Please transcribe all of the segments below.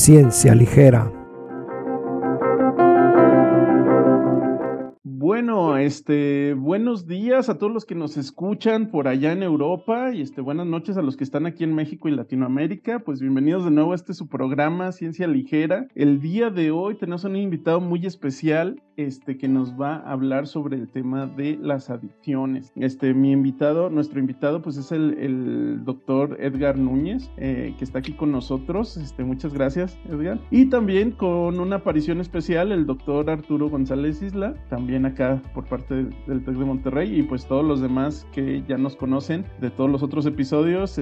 Ciencia Ligera. Bueno, buenos días a todos los que nos escuchan por allá en Europa y buenas noches a los que están aquí en México y Latinoamérica. Pues bienvenidos de nuevo a su programa Ciencia Ligera. El día de hoy tenemos un invitado muy especial, que nos va a hablar sobre el tema de las adicciones. Nuestro invitado, pues es el doctor Edgar Núñez, que está aquí con nosotros. Muchas gracias, Edgar. Y también con una aparición especial, el doctor Arturo González Isla, también acá por parte del TEC de Monterrey, y pues todos los demás que ya nos conocen de todos los otros episodios,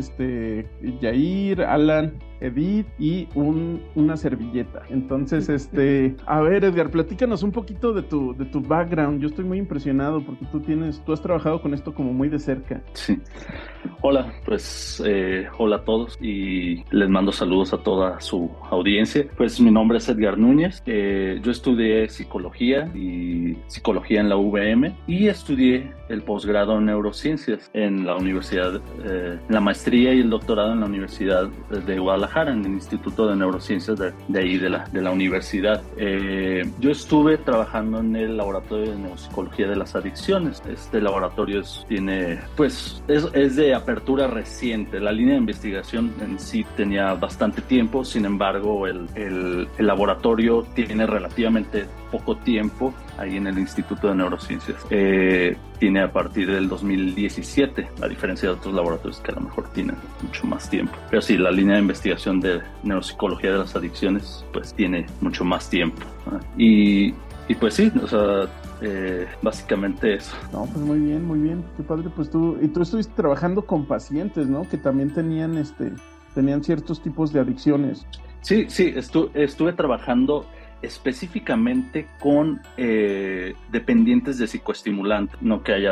Yair, Alan, Edith y una servilleta. Entonces, a ver, Edgar, platícanos un poquito de tu background. Yo estoy muy impresionado porque tú has trabajado con esto como muy de cerca. Sí. Hola, pues hola a todos y les mando saludos a toda su audiencia. Pues mi nombre es Edgar Núñez. Yo estudié psicología en la UVM y estudié el posgrado en neurociencias en la universidad, la maestría y el doctorado en la Universidad de Guadalajara, en el Instituto de Neurociencias de ahí, de la universidad. Yo estuve trabajando en el laboratorio de neuropsicología de las adicciones. Este laboratorio es de apertura reciente. La línea de investigación en sí tenía bastante tiempo, sin embargo el laboratorio tiene relativamente poco tiempo ahí en el Instituto de Neurociencias. Tiene a partir del 2017, a diferencia de otros laboratorios que a lo mejor tienen mucho más tiempo. Pero sí, la línea de investigación de neuropsicología de las adicciones pues tiene mucho más tiempo, ¿no? Y pues sí, o sea, básicamente eso. No, pues muy bien, qué padre. Pues tú estuviste trabajando con pacientes, ¿no? Que también tenían ciertos tipos de adicciones. Sí, estuve trabajando específicamente con dependientes de psicoestimulantes, no que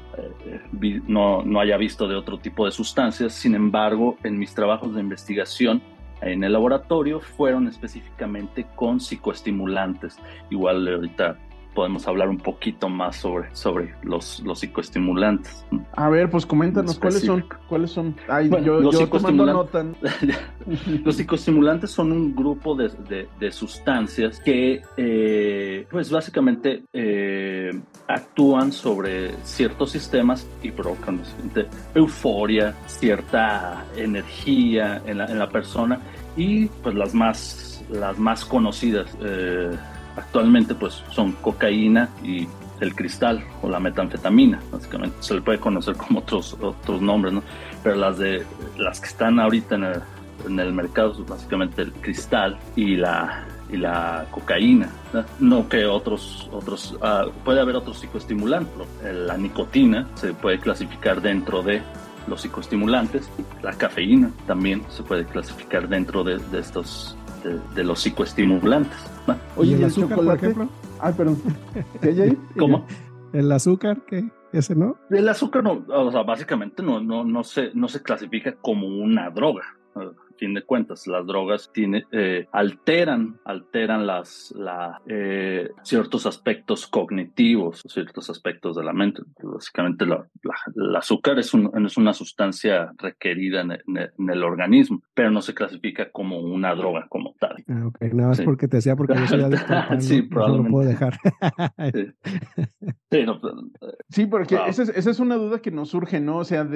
no haya visto de otro tipo de sustancias. Sin embargo, en mis trabajos de investigación en el laboratorio fueron específicamente con psicoestimulantes. Igual ahorita podemos hablar un poquito más sobre los psicoestimulantes. A ver, pues coméntanos cuáles son. Ay, bueno, yo tomando nota. Los psicoestimulantes son un grupo de sustancias que pues básicamente actúan sobre ciertos sistemas y provocan euforia, cierta energía en la persona, y pues las más conocidas actualmente pues son cocaína y el cristal o la metanfetamina. Básicamente se le puede conocer como otros nombres, ¿no? Pero las que están ahorita en el mercado son básicamente el cristal y la cocaína, ¿no? No que otros puede haber otros psicoestimulantes. La nicotina se puede clasificar dentro de los psicoestimulantes. La cafeína también se puede clasificar dentro de estos de los psicoestimulantes, ¿no? Oye, ¿y el azúcar, por ejemplo? Ay, perdón. ¿Qué hay ahí? ¿Cómo? ¿El azúcar? ¿Qué? ¿Ese no? El azúcar no, o sea, básicamente no se clasifica como una droga. A fin de cuentas, las drogas alteran ciertos aspectos cognitivos, ciertos aspectos de la mente. Básicamente el azúcar es una sustancia requerida en el organismo, pero no se clasifica como una droga como tal. Ah, ok, nada más sí. Porque te decía, porque yo soy adicto al pan, sí, ¿no? probablemente. No lo puedo dejar. Sí, porque esa es una duda que nos surge, ¿no? O sea,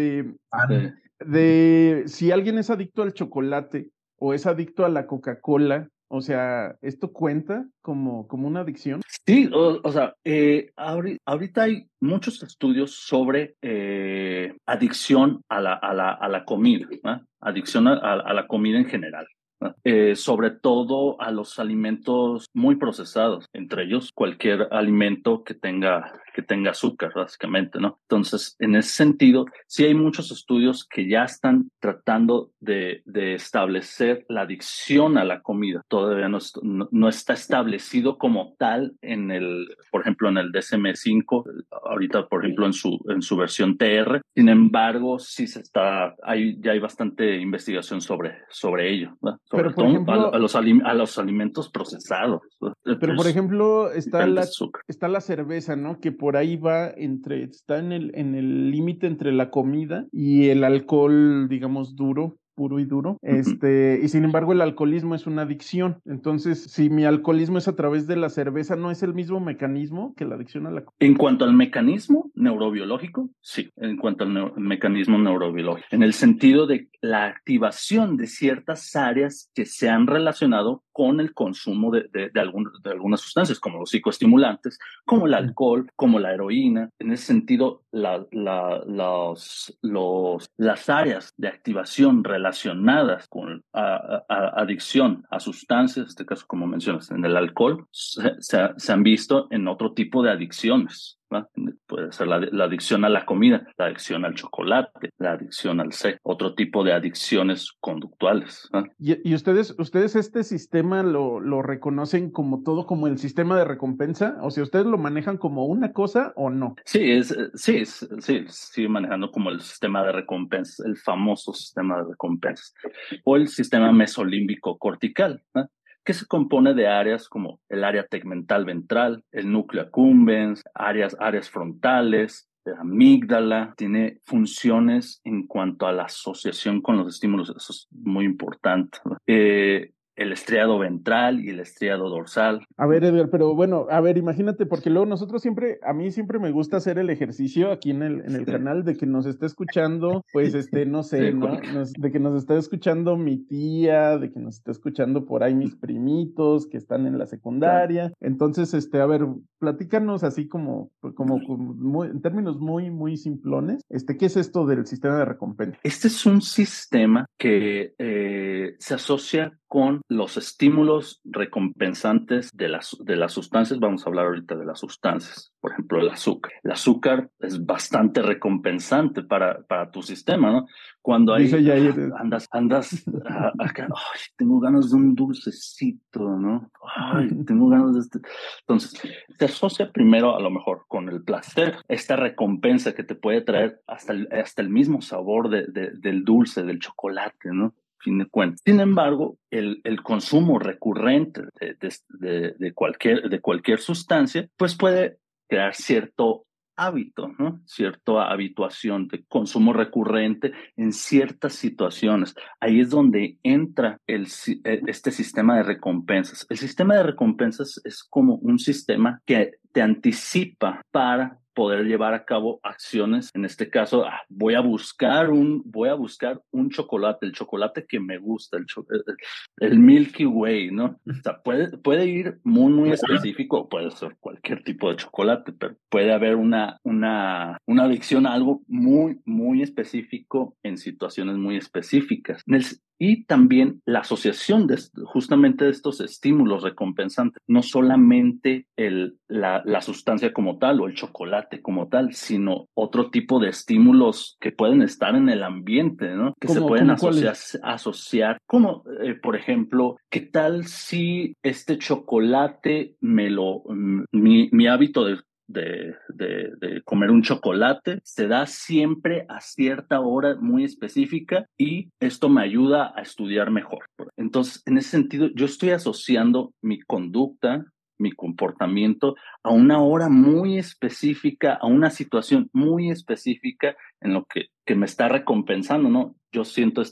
de si alguien es adicto al chocolate o es adicto a la Coca-Cola, o sea, ¿esto cuenta como una adicción? Sí, o sea, ahorita hay muchos estudios sobre adicción a la comida, ¿no? Adicción a la comida en general. Sobre todo a los alimentos muy procesados, entre ellos cualquier alimento que tenga azúcar, básicamente, ¿no? Entonces, en ese sentido, sí hay muchos estudios que ya están tratando de establecer la adicción a la comida. Todavía no está establecido como tal por ejemplo, en el DSM-5, ahorita, por ejemplo, en su versión TR. Sin embargo, sí ya hay bastante investigación sobre ello, ¿no? Sobre pero por todo ejemplo, a los alimentos procesados. Pero por ejemplo, está la cerveza, ¿no? Que por ahí está en el límite entre la comida y el alcohol, digamos, duro, puro y duro. Y sin embargo el alcoholismo es una adicción. Entonces, si mi alcoholismo es a través de la cerveza, ¿no es el mismo mecanismo que la adicción a la cocaína? En cuanto al mecanismo neurobiológico, sí, en cuanto al mecanismo neurobiológico, en el sentido de la activación de ciertas áreas que se han relacionado con el consumo de algunas sustancias, como los psicoestimulantes, como el alcohol, como la heroína. En ese sentido, las áreas de activación relacionadas con adicción a sustancias, en este caso, como mencionas, en el alcohol, se han visto en otro tipo de adicciones. ¿Va? Puede ser la adicción a la comida, la adicción al chocolate, la adicción al sexo, otro tipo de adicciones conductuales. ¿Va? ¿Y ustedes este sistema lo reconocen como todo, como el sistema de recompensa? O sea, ¿ustedes lo manejan como una cosa o no? Sí, sigue manejando como el sistema de recompensas, el famoso sistema de recompensas, o el sistema mesolímbico cortical, ¿no? Que se compone de áreas como el área tegmental ventral, el núcleo accumbens, áreas frontales, la amígdala, tiene funciones en cuanto a la asociación con los estímulos, eso es muy importante, ¿no? El estriado ventral y el estriado dorsal. A ver, Edgar, pero bueno, a ver, imagínate, porque luego a mí siempre me gusta hacer el ejercicio aquí en el canal de que nos esté escuchando, pues, no sé, ¿no? De que nos esté escuchando mi tía, de que nos esté escuchando por ahí mis primitos que están en la secundaria. Entonces, a ver, platícanos así como en términos muy, muy simplones, ¿qué es esto del sistema de recompensa? Este es un sistema que se asocia con los estímulos recompensantes de las sustancias. Vamos a hablar ahorita de las sustancias. Por ejemplo, el azúcar. El azúcar es bastante recompensante para tu sistema, ¿no? Cuando ahí andas acá, ay, tengo ganas de un dulcecito, ¿no? Ay, tengo ganas de Entonces, se asocia primero a lo mejor con el placer, esta recompensa que te puede traer hasta el mismo sabor del dulce, del chocolate, ¿no? Fin de cuentas. Sin embargo, el consumo recurrente de cualquier sustancia, pues puede crear cierto hábito, ¿no? Cierta habituación de consumo recurrente en ciertas situaciones. Ahí es donde entra este sistema de recompensas. El sistema de recompensas es como un sistema que te anticipa para poder llevar a cabo acciones. En este caso, voy a buscar un chocolate, el chocolate que me gusta, el Milky Way, ¿no? O sea, puede ir muy, muy específico, puede ser cualquier tipo de chocolate, pero puede haber una adicción a algo muy, muy específico en situaciones muy específicas. Y también la asociación justamente de estos estímulos recompensantes, no solamente la sustancia como tal o el chocolate como tal, sino otro tipo de estímulos que pueden estar en el ambiente, ¿no? Que se pueden asociar, como por ejemplo, ¿qué tal si este chocolate mi hábito de comer un chocolate se da siempre a cierta hora muy específica y esto me ayuda a estudiar mejor? Entonces, en ese sentido, yo estoy asociando mi conducta, mi comportamiento a una hora muy específica, a una situación muy específica en lo que me está recompensando, ¿no? Yo siento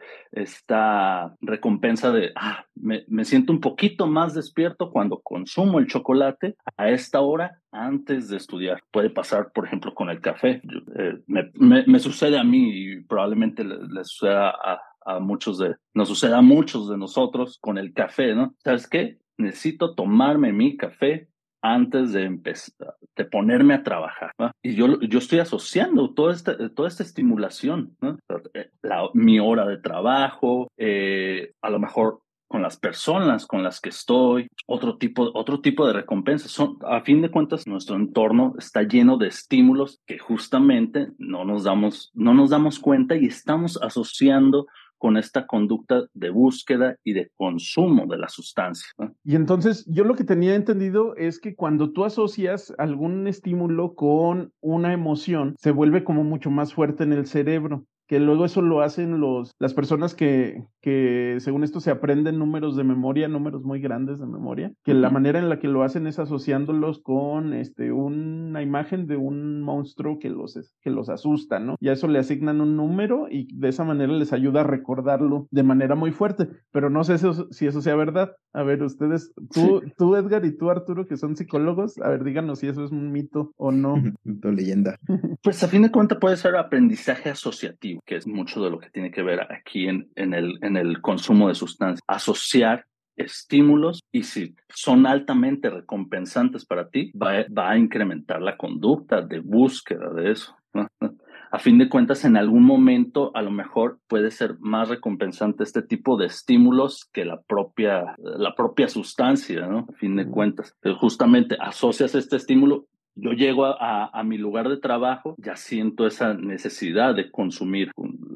esta recompensa de, me siento un poquito más despierto cuando consumo el chocolate a esta hora antes de estudiar. Puede pasar, por ejemplo, con el café. Me sucede a mí y probablemente le suceda nos suceda a muchos de nosotros con el café, ¿no? ¿Sabes qué? Necesito tomarme mi café antes de empezar, de ponerme a trabajar, ¿no? Y yo estoy asociando toda esta estimulación, ¿no? Mi hora de trabajo, a lo mejor con las personas con las que estoy, otro tipo de recompensas. A fin de cuentas, nuestro entorno está lleno de estímulos que justamente no nos damos cuenta y estamos asociando con esta conducta de búsqueda y de consumo de la sustancia, ¿no? Y entonces, yo lo que tenía entendido es que cuando tú asocias algún estímulo con una emoción, se vuelve como mucho más fuerte en el cerebro, que luego eso lo hacen las personas que que según esto se aprenden números de memoria, números muy grandes de memoria, que la manera en la que lo hacen es asociándolos con una imagen de un monstruo que los asusta, ¿no? Y a eso le asignan un número y de esa manera les ayuda a recordarlo de manera muy fuerte, pero no sé si eso sea verdad. A ver, ustedes, tú Edgar y tú Arturo, que son psicólogos, a ver, díganos si eso es un mito o no. Mito, leyenda. Pues a fin de cuentas puede ser aprendizaje asociativo, que es mucho de lo que tiene que ver aquí en el consumo de sustancias. Asociar estímulos, y si son altamente recompensantes para ti, va a incrementar la conducta de búsqueda de eso, ¿no? A fin de cuentas, en algún momento a lo mejor puede ser más recompensante este tipo de estímulos que la propia sustancia, ¿no? A fin de cuentas, pero justamente asocias este estímulo. Yo llego a mi lugar de trabajo, ya siento esa necesidad de consumir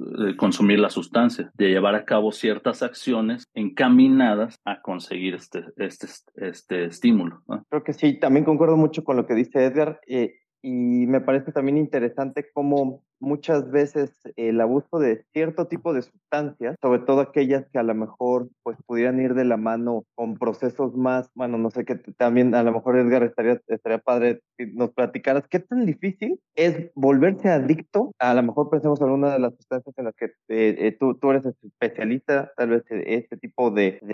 la sustancia, de llevar a cabo ciertas acciones encaminadas a conseguir este estímulo, ¿no? Creo que sí, también concuerdo mucho con lo que dice Edgar, y me parece también interesante cómo muchas veces el abuso de cierto tipo de sustancias, sobre todo aquellas que a lo mejor pues pudieran ir de la mano con procesos más, bueno, no sé, que también a lo mejor Edgar estaría padre que nos platicaras qué tan difícil es volverse adicto. A lo mejor pensemos en una de las sustancias en las que tú eres especialista, tal vez este tipo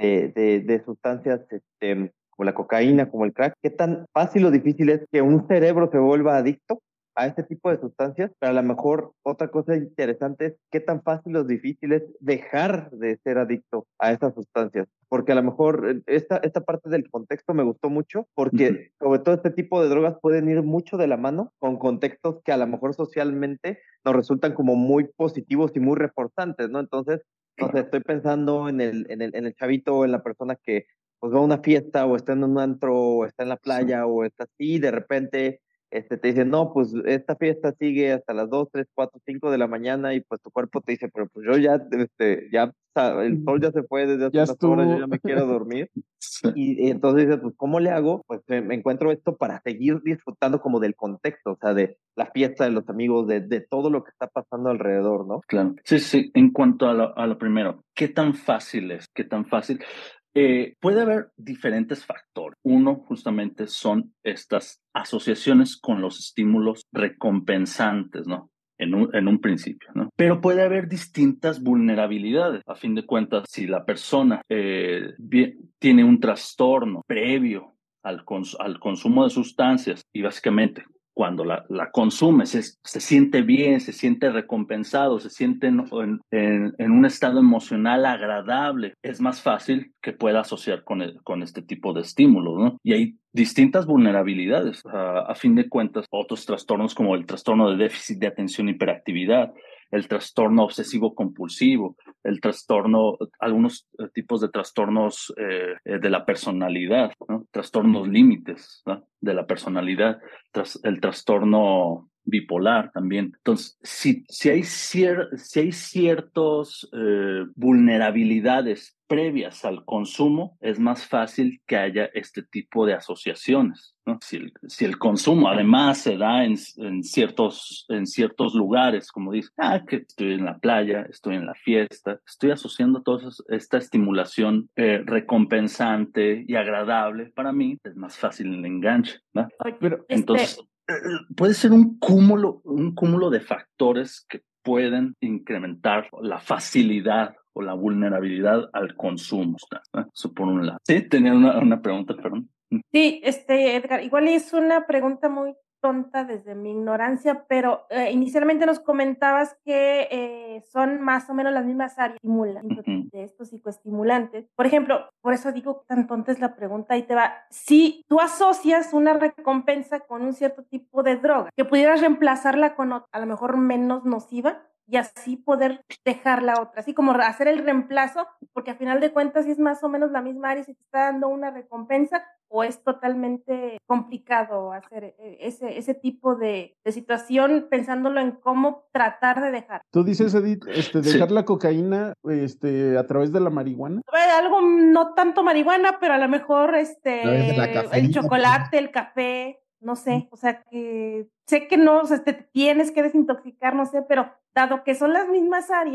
de sustancias, como la cocaína, como el crack. ¿Qué tan fácil o difícil es que un cerebro se vuelva adicto a este tipo de sustancias? Pero a lo mejor otra cosa interesante es qué tan fácil o difícil es dejar de ser adicto a esas sustancias. Porque a lo mejor esta parte del contexto me gustó mucho, porque sobre todo este tipo de drogas pueden ir mucho de la mano con contextos que a lo mejor socialmente nos resultan como muy positivos y muy reforzantes, ¿no? Entonces, no sé, estoy pensando en el chavito o en la persona que pues va a una fiesta o está en un antro o está en la playa o está así, de repente te dicen, no, pues esta fiesta sigue hasta las 2, 3, 4, 5 de la mañana y pues tu cuerpo te dice, pero pues yo ya, el sol ya se fue desde hace unas horas, yo ya me quiero dormir. Y entonces dices, pues ¿cómo le hago? Pues me encuentro esto para seguir disfrutando como del contexto, o sea, de la fiesta, de los amigos, de todo lo que está pasando alrededor, ¿no? Claro. Sí. En cuanto a lo primero, ¿qué tan fácil es? ¿Qué tan fácil? Puede haber diferentes factores. Uno, justamente, son estas asociaciones con los estímulos recompensantes, ¿no? En un principio, ¿no? Pero puede haber distintas vulnerabilidades. A fin de cuentas, si la persona tiene un trastorno previo al consumo de sustancias y básicamente cuando la consume se siente bien, se siente recompensado, se siente en un estado emocional agradable, es más fácil que pueda asociar con este tipo de estímulos, ¿no? Y hay distintas vulnerabilidades. A fin de cuentas, otros trastornos como el trastorno de déficit de atención e hiperactividad, el trastorno obsesivo compulsivo, algunos tipos de trastornos de la personalidad, ¿no? Trastornos límites, ¿no? De la personalidad, el trastorno bipolar también. Entonces, si hay ciertas vulnerabilidades previas al consumo, es más fácil que haya este tipo de asociaciones, ¿no? Si el consumo además se da en ciertos lugares, como dice, que estoy en la playa, estoy en la fiesta, estoy asociando toda esta estimulación recompensante y agradable, para mí es más fácil el enganche, ¿no? Pero entonces puede ser un cúmulo de factores que pueden incrementar la facilidad o la vulnerabilidad al consumo, ¿no? Eso por un lado. Sí, tenía una pregunta, perdón. Sí, Edgar, igual es una pregunta muy tonta desde mi ignorancia, pero inicialmente nos comentabas que son más o menos las mismas áreas de estos psicoestimulantes. Por ejemplo, por eso digo tan tonta es la pregunta, y te va. Si tú asocias una recompensa con un cierto tipo de droga, que pudieras reemplazarla con otra, a lo mejor menos nociva, y así poder dejar la otra, así como hacer el reemplazo, porque a final de cuentas si es más o menos la misma área, si te está dando una recompensa, o es totalmente complicado hacer ese tipo de situación pensándolo en cómo tratar de dejar. Tú dices, Edith, dejar la cocaína a través de la marihuana. Algo no tanto marihuana, pero a lo mejor el chocolate, el café, no sé, o sea que sé que no, o sea, te tienes que desintoxicar, no sé, pero dado que son las mismas áreas,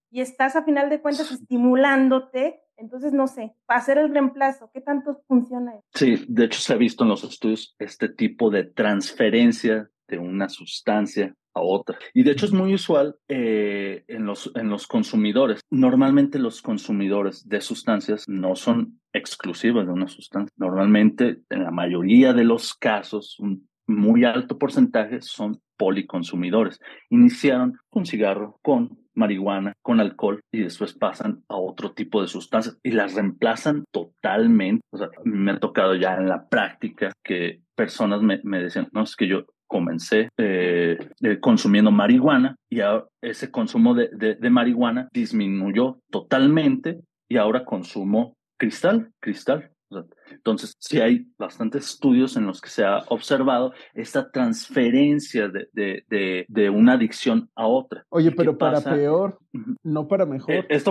y estás a final de cuentas estimulándote. Entonces, no sé, para hacer el reemplazo, ¿qué tanto funciona eso? Sí, de hecho se ha visto en los estudios este tipo de transferencia de una sustancia a otra. Y de hecho es muy usual en los consumidores. Normalmente los consumidores de sustancias no son exclusivos de una sustancia. Normalmente, en la mayoría de los casos, un muy alto porcentaje son policonsumidores. Iniciaron con cigarro, con marihuana, con alcohol y después pasan a otro tipo de sustancias y las reemplazan totalmente. O sea, me ha tocado ya en la práctica que personas me decían, no, es que yo comencé consumiendo marihuana y ahora ese consumo de marihuana disminuyó totalmente y ahora consumo cristal. Entonces, sí hay bastantes estudios en los que se ha observado esta transferencia de una adicción a otra. Oye, pero para peor, no para mejor. Esto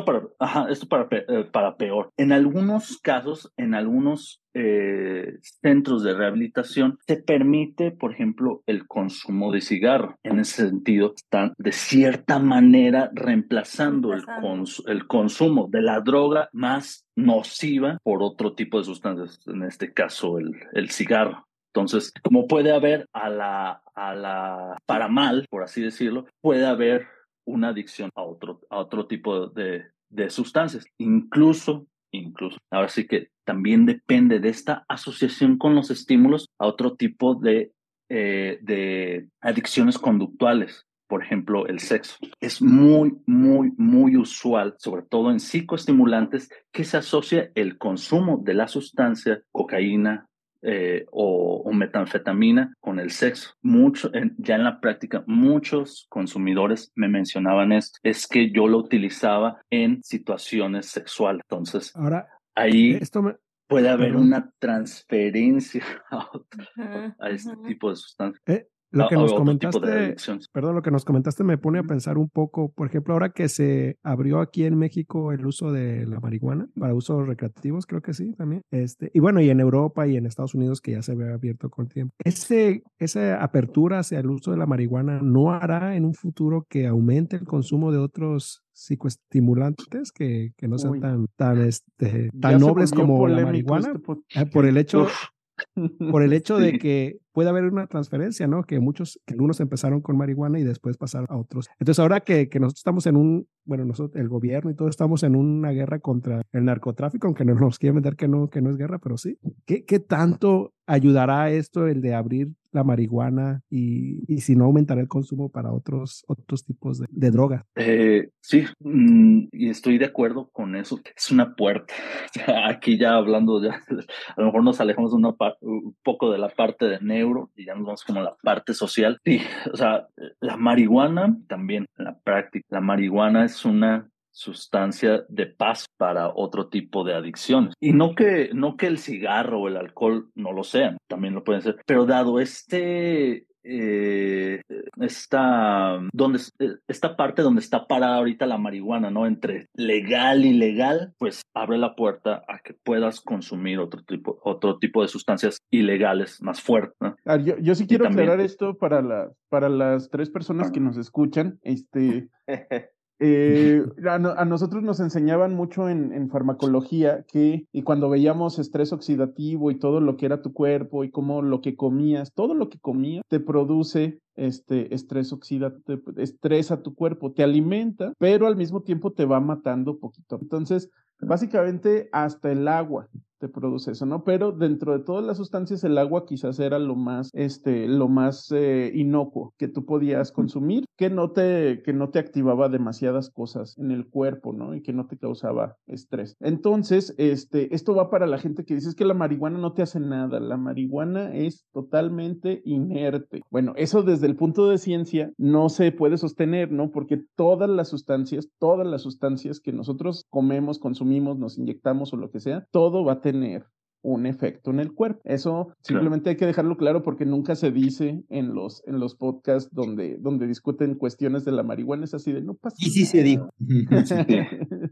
para peor. En algunos casos, en algunos centros de rehabilitación, se permite, por ejemplo, el consumo de cigarro. En ese sentido, están de cierta manera reemplazando el consumo de la droga más nociva por otro tipo de sustancias, en este caso el cigarro. Entonces, como puede haber para mal, por así decirlo, puede haber una adicción a otro tipo de sustancias. Incluso, ahora sí que también depende de esta asociación con los estímulos a otro tipo de adicciones conductuales. Por ejemplo, el sexo. Es muy, muy, muy usual, sobre todo en psicoestimulantes, que se asocia el consumo de la sustancia cocaína o metanfetamina con el sexo. Ya en la práctica, muchos consumidores me mencionaban esto. Es que yo lo utilizaba en situaciones sexuales. Entonces, ahora, ahí puede haber una transferencia a este tipo de sustancias. Lo que nos comentaste, lo que nos comentaste me pone a pensar un poco, por ejemplo, ahora que se abrió aquí en México el uso de la marihuana para usos recreativos, creo que sí, también. Y bueno, y en Europa y en Estados Unidos que ya se había abierto con el tiempo. Esa apertura hacia el uso de la marihuana no hará en un futuro que aumente el consumo de otros psicoestimulantes que no sean tan nobles como la marihuana, por el hecho de que puede haber una transferencia, ¿no? Que algunos empezaron con marihuana y después pasaron a otros. Entonces, ahora que nosotros estamos el gobierno y todo estamos en una guerra contra el narcotráfico, aunque no nos quieren vender que no es guerra, pero sí. ¿Qué tanto ayudará esto, el de abrir la marihuana y si no aumentará el consumo para otros tipos de drogas? Sí, y estoy de acuerdo con eso. Es una puerta. Aquí ya hablando, a lo mejor nos alejamos un poco de la parte de neuro y ya nos vamos como a la parte social. Sí, o sea, la marihuana también, en la práctica, la marihuana es una sustancia de paz para otro tipo de adicciones. Y no que el cigarro o el alcohol no lo sean, también lo pueden ser, pero dado esta parte donde está parada ahorita la marihuana, ¿no? Entre legal y ilegal, pues abre la puerta a que puedas consumir otro tipo de sustancias ilegales más fuertes, ¿no? Yo sí quiero aclarar esto para las 3 personas que nos escuchan. A nosotros nos enseñaban mucho en farmacología y cuando veíamos estrés oxidativo y todo lo que era tu cuerpo y cómo lo que comías, todo lo que comías te produce estrés oxidativo, estrés a tu cuerpo, te alimenta, pero al mismo tiempo te va matando poquito. Entonces, básicamente hasta el agua te produce eso, ¿no? Pero dentro de todas las sustancias, el agua quizás era lo más inocuo que tú podías consumir, que no te activaba demasiadas cosas en el cuerpo, ¿no? Y que no te causaba estrés. Entonces, esto va para la gente que dice que la marihuana no te hace nada, la marihuana es totalmente inerte. Bueno, eso desde el punto de ciencia no se puede sostener, ¿no? Porque todas las sustancias que nosotros comemos, consumimos, nos inyectamos o lo que sea, todo va a tener un efecto en el cuerpo. Eso simplemente hay que dejarlo claro porque nunca se dice en los podcasts donde discuten cuestiones de la marihuana. Es así de no pasa nada. Sí se dijo.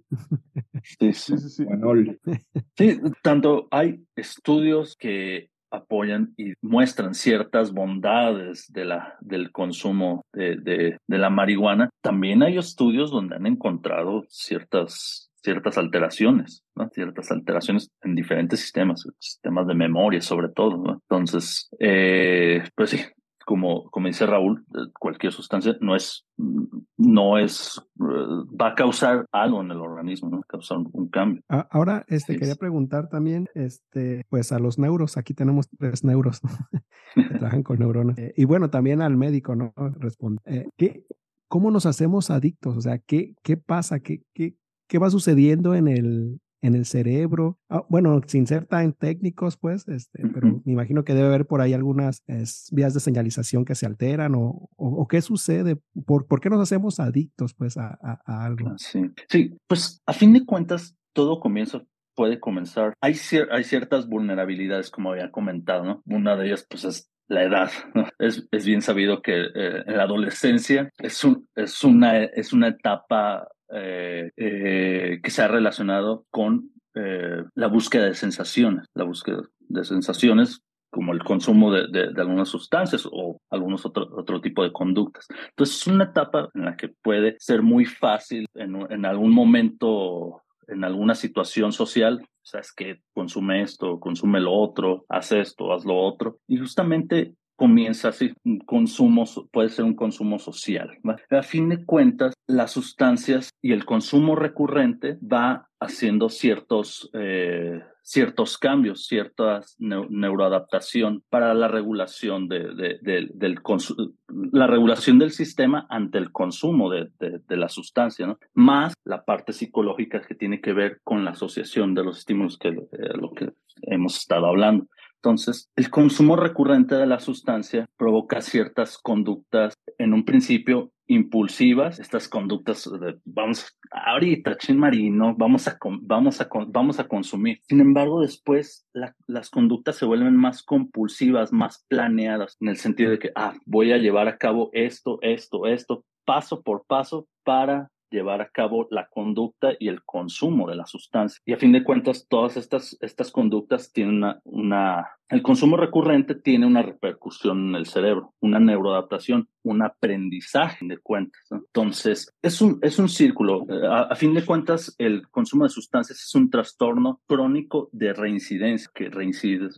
Sí. Sí, tanto hay estudios que apoyan y muestran ciertas bondades del consumo de la marihuana, también hay estudios donde han encontrado ciertas alteraciones, ¿no? Ciertas alteraciones en diferentes sistemas de memoria sobre todo, ¿no? Entonces, pues sí, como dice Raúl, cualquier sustancia va a causar algo en el organismo, ¿no? Causar un cambio. Ahora, quería preguntar también, pues a los neuros, aquí tenemos 3 neuros, ¿no? que trabajan con neuronas. Y bueno, también al médico, ¿no? Responde. ¿Cómo nos hacemos adictos? O sea, ¿qué pasa? ¿Qué va sucediendo en el cerebro? Bueno, sin ser tan técnicos, pues, pero me imagino que debe haber por ahí algunas vías de señalización que se alteran o qué sucede. ¿Por qué nos hacemos adictos, pues, a algo? Sí, pues a fin de cuentas, todo puede comenzar. Hay ciertas vulnerabilidades, como había comentado, ¿no? Una de ellas, pues, es la edad, ¿no? Es bien sabido que en la adolescencia es una etapa que se ha relacionado con la búsqueda de sensaciones, como el consumo de algunas sustancias o algunos otro tipo de conductas. Entonces es una etapa en la que puede ser muy fácil en algún momento, en alguna situación social, sabes que consume esto, consume lo otro, haz esto, haz lo otro, y justamente comienza así, puede ser un consumo social, ¿va? A fin de cuentas, las sustancias y el consumo recurrente va haciendo ciertos cambios, ciertas neuroadaptación para la regulación la regulación del sistema ante el consumo de la sustancia, ¿no? Más la parte psicológica que tiene que ver con la asociación de los estímulos lo que hemos estado hablando. Entonces, el consumo recurrente de la sustancia provoca ciertas conductas, en un principio impulsivas, estas conductas de vamos ahorita, chin marino, vamos a consumir. Sin embargo, después las conductas se vuelven más compulsivas, más planeadas, en el sentido de que voy a llevar a cabo esto, paso por paso para llevar a cabo la conducta y el consumo de la sustancia. Y a fin de cuentas, todas estas conductas tienen el consumo recurrente tiene una repercusión en el cerebro, una neuroadaptación, un aprendizaje de cuentas, ¿no? Entonces, es un círculo. A fin de cuentas, el consumo de sustancias es un trastorno crónico de reincidencia, que reincides.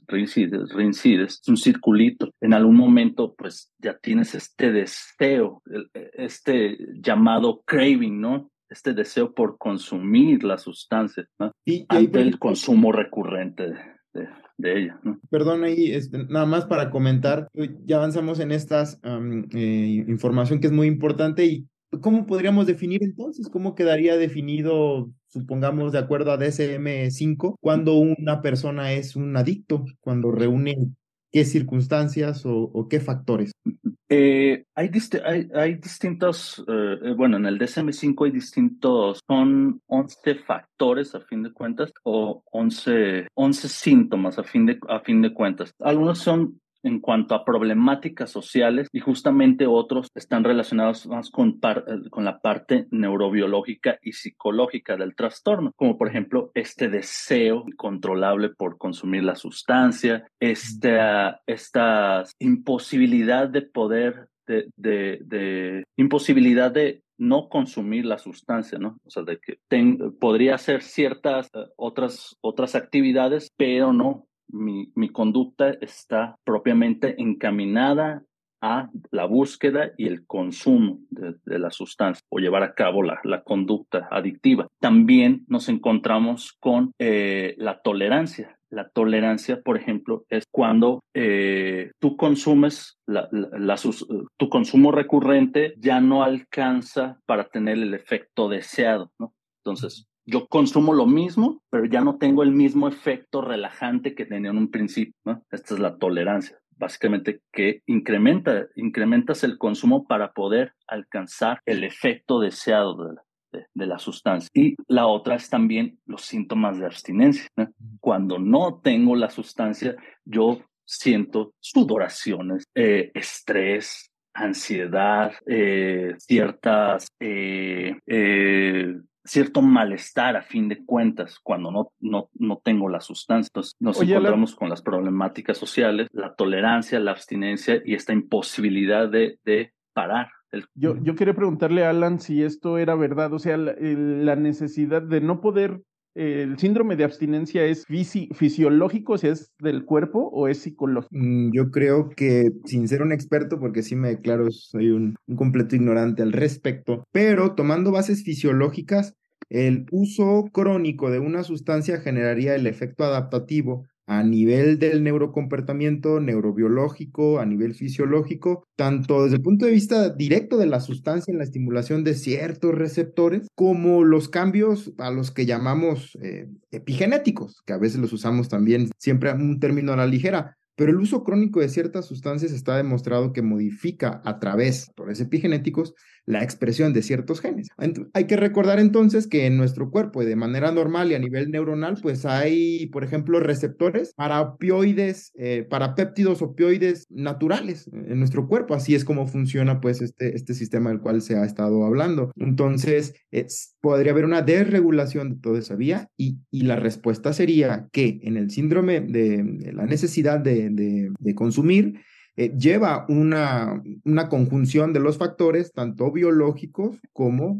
Es un circulito. En algún momento, pues, ya tienes este deseo, este llamado craving, ¿no? Este deseo por consumir la sustancia, ¿no? Ante el consumo recurrente de ella, ¿no? Perdón, ahí nada más para comentar, ya avanzamos en estas información que es muy importante. ¿Y cómo podríamos definir entonces? ¿Cómo quedaría definido, supongamos, de acuerdo a DSM-5, cuando una persona es un adicto? Cuando reúne qué circunstancias o qué factores. Hay distintos, bueno, en el DSM-5 son 11 factores a fin de cuentas, o 11 síntomas a fin de cuentas. Algunos son en cuanto a problemáticas sociales y justamente otros están relacionados más con la parte neurobiológica y psicológica del trastorno, como por ejemplo este deseo incontrolable por consumir la sustancia, esta imposibilidad de poder, imposibilidad de no consumir la sustancia, ¿no? O sea, de que podría hacer ciertas otras actividades, pero no. Mi conducta está propiamente encaminada a la búsqueda y el consumo de la sustancia o llevar a cabo la conducta adictiva. También nos encontramos con la tolerancia. La tolerancia, por ejemplo, es cuando tú consumes tu consumo recurrente ya no alcanza para tener el efecto deseado, ¿no? Entonces, yo consumo lo mismo, pero ya no tengo el mismo efecto relajante que tenía en un principio, ¿no? Esta es la tolerancia. Básicamente que incrementas el consumo para poder alcanzar el efecto deseado de la sustancia. Y la otra es también los síntomas de abstinencia, ¿no? Cuando no tengo la sustancia, yo siento sudoraciones, estrés, ansiedad, ciertas cierto malestar a fin de cuentas cuando no tengo la sustancia. Entonces nos encontramos con las problemáticas sociales, la tolerancia, la abstinencia y esta imposibilidad de parar. Yo quería preguntarle a Alan si esto era verdad, o sea, la necesidad de no poder, ¿el síndrome de abstinencia es fisiológico, o sea, es del cuerpo o es psicológico? Yo creo que, sin ser un experto, porque sí me declaro, soy un completo ignorante al respecto, pero tomando bases fisiológicas, el uso crónico de una sustancia generaría el efecto adaptativo a nivel del neurocomportamiento, neurobiológico, a nivel fisiológico, tanto desde el punto de vista directo de la sustancia en la estimulación de ciertos receptores, como los cambios a los que llamamos epigenéticos, que a veces los usamos también, siempre un término a la ligera. Pero el uso crónico de ciertas sustancias está demostrado que modifica a través de factores epigenéticos la expresión de ciertos genes. Hay que recordar entonces que en nuestro cuerpo y de manera normal y a nivel neuronal, pues hay, por ejemplo, receptores para opioides, para péptidos opioides naturales en nuestro cuerpo. Así es como funciona pues este sistema del cual se ha estado hablando. Entonces, podría haber una desregulación de toda esa vía y la respuesta sería que en el síndrome de la necesidad de consumir, lleva una conjunción de los factores, tanto biológicos como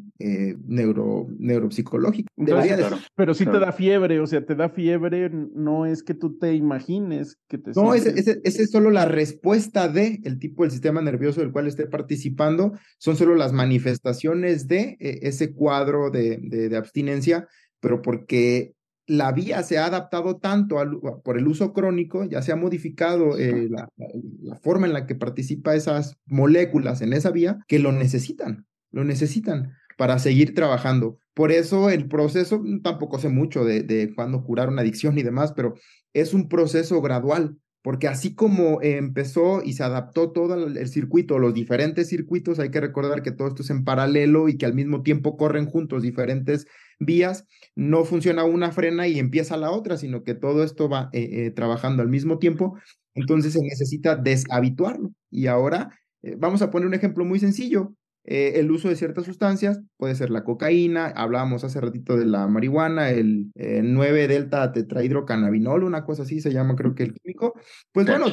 neuropsicológicos. Pero sí te da fiebre, o sea, te da fiebre, no es que tú te imagines que te No, sientes. ese es solo la respuesta del tipo del sistema nervioso del cual esté participando, son solo las manifestaciones de ese cuadro de abstinencia, pero porque la vía se ha adaptado tanto por el uso crónico, ya se ha modificado la forma en la que participa esas moléculas en esa vía, que lo necesitan para seguir trabajando. Por eso el proceso, tampoco sé mucho de cuándo curar una adicción y demás, pero es un proceso gradual, porque así como empezó y se adaptó todo el circuito, los diferentes circuitos, hay que recordar que todo esto es en paralelo y que al mismo tiempo corren juntos diferentes vías, no funciona una frena y empieza la otra, sino que todo esto va trabajando al mismo tiempo, entonces se necesita deshabituarlo. Y ahora vamos a poner un ejemplo muy sencillo. El uso de ciertas sustancias, puede ser la cocaína, hablábamos hace ratito de la marihuana, el 9-delta-tetrahidrocannabinol, una cosa así se llama, creo que el químico. Pues bueno,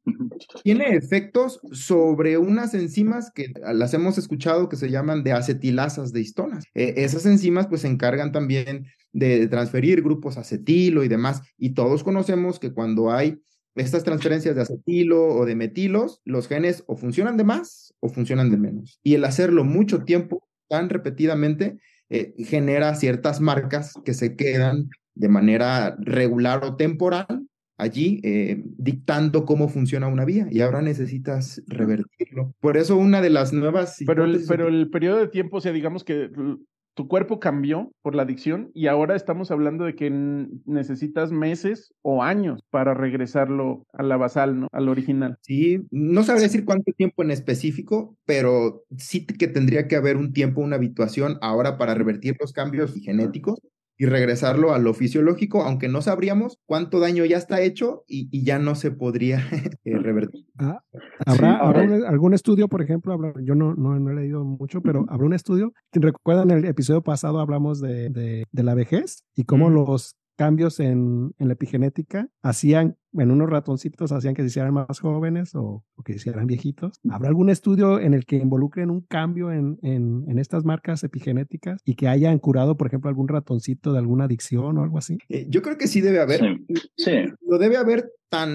tiene efectos sobre unas enzimas que las hemos escuchado que se llaman de acetilasas de histonas. Esas enzimas pues se encargan también de transferir grupos acetilo y demás, y todos conocemos que cuando hay estas transferencias de acetilo o de metilos, los genes o funcionan de más o funcionan de menos. Y el hacerlo mucho tiempo, tan repetidamente, genera ciertas marcas que se quedan de manera regular o temporal allí, dictando cómo funciona una vía, y ahora necesitas revertirlo. Por eso una de las nuevas... Pero el periodo de tiempo, o sea, digamos que tu cuerpo cambió por la adicción y ahora estamos hablando de que necesitas meses o años para regresarlo a la basal, ¿no? Al original. Sí, no sabría decir cuánto tiempo en específico, pero sí que tendría que haber un tiempo, una habituación ahora para revertir los cambios genéticos y regresarlo a lo fisiológico, aunque no sabríamos cuánto daño ya está hecho y ya no se podría revertir. ¿Habrá algún estudio, por ejemplo? Yo no he leído mucho, pero ¿habrá un estudio? ¿Recuerdan el episodio pasado hablamos de la vejez y cómo los cambios en la epigenética hacían, en unos ratoncitos hacían que se hicieran más jóvenes o que se hicieran viejitos? ¿Habrá algún estudio en el que involucren un cambio en estas marcas epigenéticas y que hayan curado, por ejemplo, algún ratoncito de alguna adicción o algo así? Yo creo que sí debe haber. Sí. Lo debe haber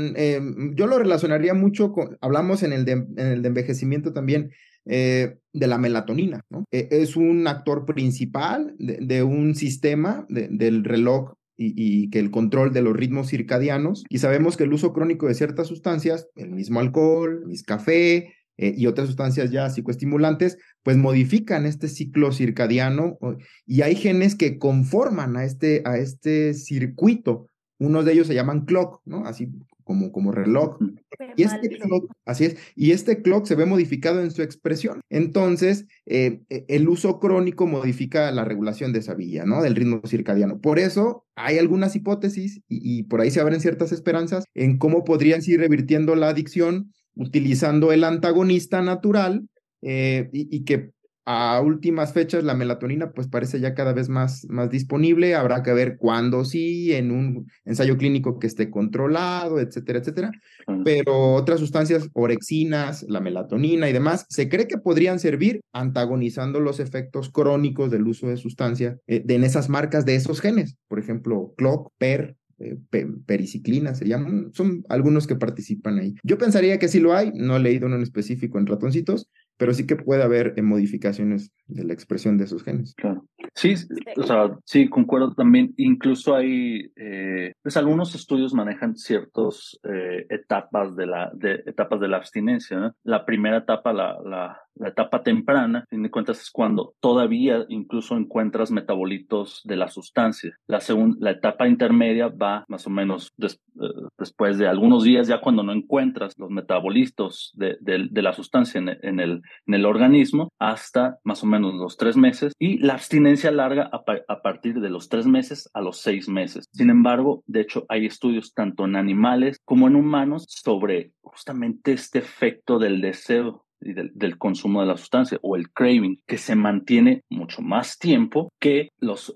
yo lo relacionaría mucho hablamos en el de envejecimiento también, de la melatonina, ¿no? Es un actor principal de un sistema del reloj y que el control de los ritmos circadianos, y sabemos que el uso crónico de ciertas sustancias, el mismo alcohol, el café y otras sustancias ya psicoestimulantes, pues modifican este ciclo circadiano, y hay genes que conforman a este circuito. Unos de ellos se llaman clock, ¿no? Así como reloj. Y este clock se ve modificado en su expresión. Entonces, el uso crónico modifica la regulación de esa vía, ¿no? Del ritmo circadiano. Por eso hay algunas hipótesis y por ahí se abren ciertas esperanzas en cómo podrían ir revirtiendo la adicción utilizando el antagonista natural, y que a últimas fechas la melatonina pues parece ya cada vez más disponible, habrá que ver cuándo sí, en un ensayo clínico que esté controlado, etcétera, etcétera. Pero otras sustancias, orexinas, la melatonina y demás, se cree que podrían servir antagonizando los efectos crónicos del uso de sustancia en esas marcas de esos genes, por ejemplo, CLOC, PER, periciclina, se llaman, son algunos que participan ahí. Yo pensaría que sí lo hay, no he leído uno en específico en ratoncitos, pero sí que puede haber modificaciones de la expresión de esos genes. Claro. Sí, o sea, sí, concuerdo también. Incluso hay, pues algunos estudios manejan ciertas etapas de la abstinencia, ¿no? La primera etapa, la etapa temprana, a fin de cuentas, es cuando todavía incluso encuentras metabolitos de la sustancia. La etapa intermedia va más o menos después de algunos días, ya cuando no encuentras los metabolitos de la sustancia en el organismo, hasta más o menos los 3 meses, y la abstinencia larga a partir de los 3 meses a los 6 meses. Sin embargo, de hecho, hay estudios tanto en animales como en humanos sobre justamente este efecto del deseo y del consumo de la sustancia, o el craving, que se mantiene mucho más tiempo que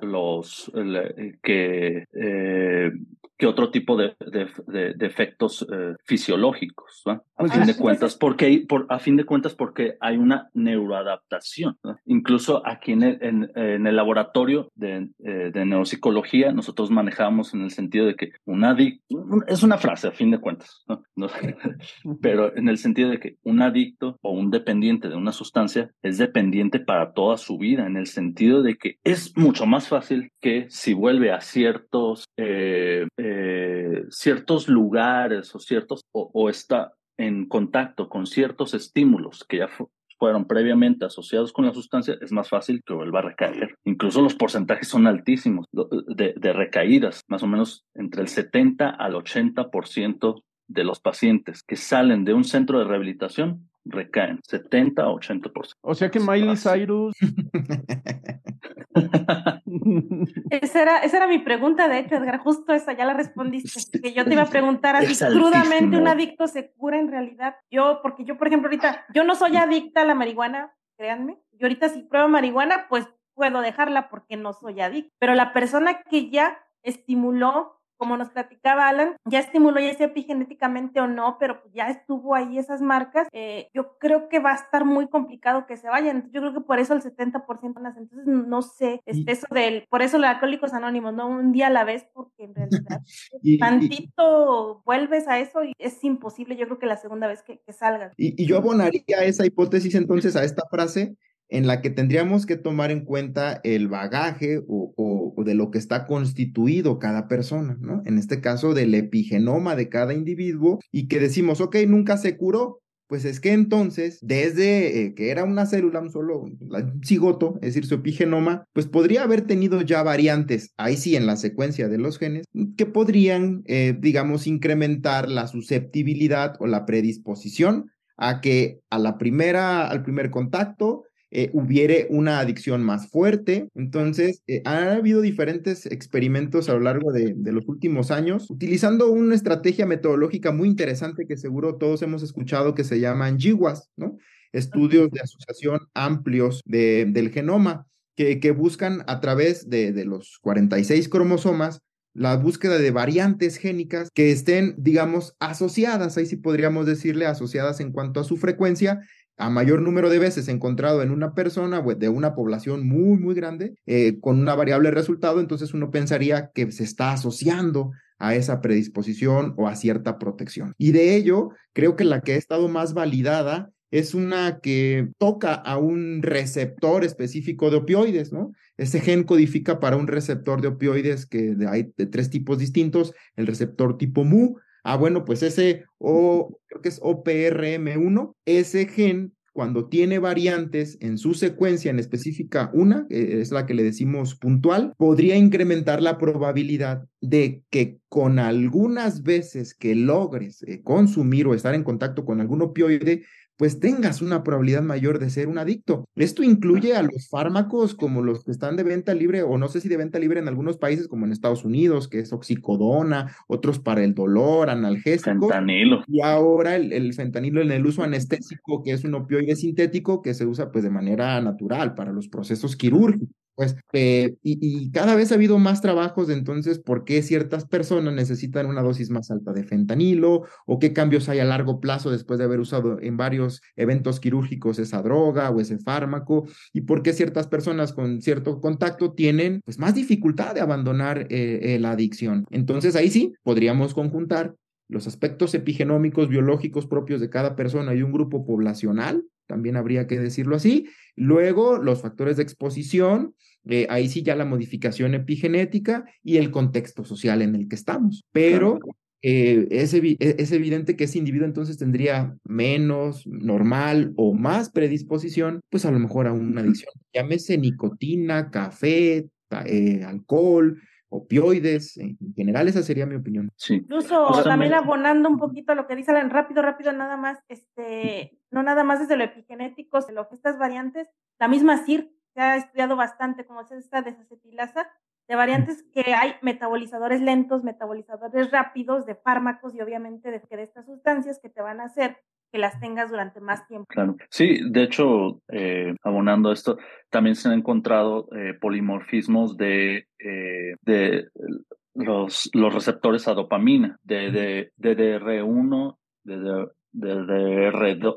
que otro tipo de efectos fisiológicos, ¿no? A fin de cuentas, porque hay una neuroadaptación, ¿no? Incluso aquí en el laboratorio de neuropsicología, nosotros manejamos en el sentido de que un adicto, es una frase a fin de cuentas, ¿no? Pero en el sentido de que un adicto o un dependiente de una sustancia es dependiente para toda su vida, en el sentido de que es mucho más fácil que si vuelve a ciertos lugares o está en contacto con ciertos estímulos que ya fueron previamente asociados con la sustancia, es más fácil que vuelva a recaer. Incluso los porcentajes son altísimos de recaídas, más o menos entre el 70 al 80% de los pacientes que salen de un centro de rehabilitación recaen, 70 a 80%. O sea que Miley Cyrus... Esa era mi pregunta, de hecho, Edgar, justo esa ya la respondiste, que yo te iba a preguntar así crudamente un adicto se cura en realidad. Porque yo, por ejemplo, ahorita, yo no soy adicta a la marihuana, créanme, yo ahorita si pruebo marihuana, pues puedo dejarla porque no soy adicta, pero la persona que ya estimuló, como nos platicaba Alan, ya estimuló, ya sea epigenéticamente o no, pero ya estuvo ahí esas marcas, yo creo que va a estar muy complicado que se vayan. Yo creo que por eso el 70% nace. Entonces, no sé, por eso los Alcohólicos Anónimos, ¿no? Un día a la vez, porque en realidad tantito vuelves a eso y es imposible, yo creo que la segunda vez que salgas. Y yo abonaría esa hipótesis entonces a esta frase, en la que tendríamos que tomar en cuenta el bagaje o de lo que está constituido cada persona, ¿no? En este caso, del epigenoma de cada individuo, y que decimos, ok, nunca se curó, pues es que entonces, desde que era una célula, un solo cigoto, es decir, su epigenoma, pues podría haber tenido ya variantes, ahí sí, en la secuencia de los genes, que podrían, digamos, incrementar la susceptibilidad o la predisposición a que al primer contacto, hubiere una adicción más fuerte. Entonces, ha habido diferentes experimentos a lo largo de los últimos años, utilizando una estrategia metodológica muy interesante que seguro todos hemos escuchado, que se llaman GWAS, ¿no? Estudios de asociación amplios del genoma, que buscan a través de los 46 cromosomas la búsqueda de variantes génicas que estén, digamos, asociadas, ahí sí podríamos decirle asociadas en cuanto a su frecuencia, a mayor número de veces encontrado en una persona de una población muy, muy grande, con una variable resultado, entonces uno pensaría que se está asociando a esa predisposición o a cierta protección. Y de ello, creo que la que ha estado más validada es una que toca a un receptor específico de opioides, ¿no? Ese gen codifica para un receptor de opioides que hay de 3 tipos distintos, el receptor tipo mu. Bueno, pues creo que es OPRM1, ese gen, cuando tiene variantes en su secuencia en específica, una, es la que le decimos puntual, podría incrementar la probabilidad de que con algunas veces que logres consumir o estar en contacto con algún opioide, pues tengas una probabilidad mayor de ser un adicto. Esto incluye a los fármacos como los que están de venta libre, o no sé si de venta libre en algunos países como en Estados Unidos, que es oxicodona, otros para el dolor, analgésicos. Fentanilo. Y ahora el fentanilo en el uso anestésico, que es un opioide sintético que se usa pues de manera natural para los procesos quirúrgicos. Pues, y cada vez ha habido más trabajos de entonces por qué ciertas personas necesitan una dosis más alta de fentanilo, o qué cambios hay a largo plazo después de haber usado en varios eventos quirúrgicos esa droga o ese fármaco, y por qué ciertas personas con cierto contacto tienen pues más dificultad de abandonar la adicción. Entonces ahí sí podríamos conjuntar los aspectos epigenómicos, biológicos propios de cada persona y un grupo poblacional, también habría que decirlo así. Luego, los factores de exposición, ahí sí ya la modificación epigenética y el contexto social en el que estamos. Pero es evidente que ese individuo entonces tendría menos, normal o más predisposición, pues a lo mejor a una adicción. Llámese nicotina, café, alcohol, opioides, en general esa sería mi opinión. Sí. Incluso también abonando un poquito lo que dice Alan, rápido, nada más, no nada más desde lo epigenético, de lo que estas variantes, la misma CIR se ha estudiado bastante, como es esta desacetilasa, de variantes que hay metabolizadores lentos, metabolizadores rápidos de fármacos y obviamente de estas sustancias que te van a hacer que las tengas durante más tiempo. Claro. Sí, de hecho, abonando esto, también se han encontrado polimorfismos de los receptores a dopamina, de DDR1, DDR2,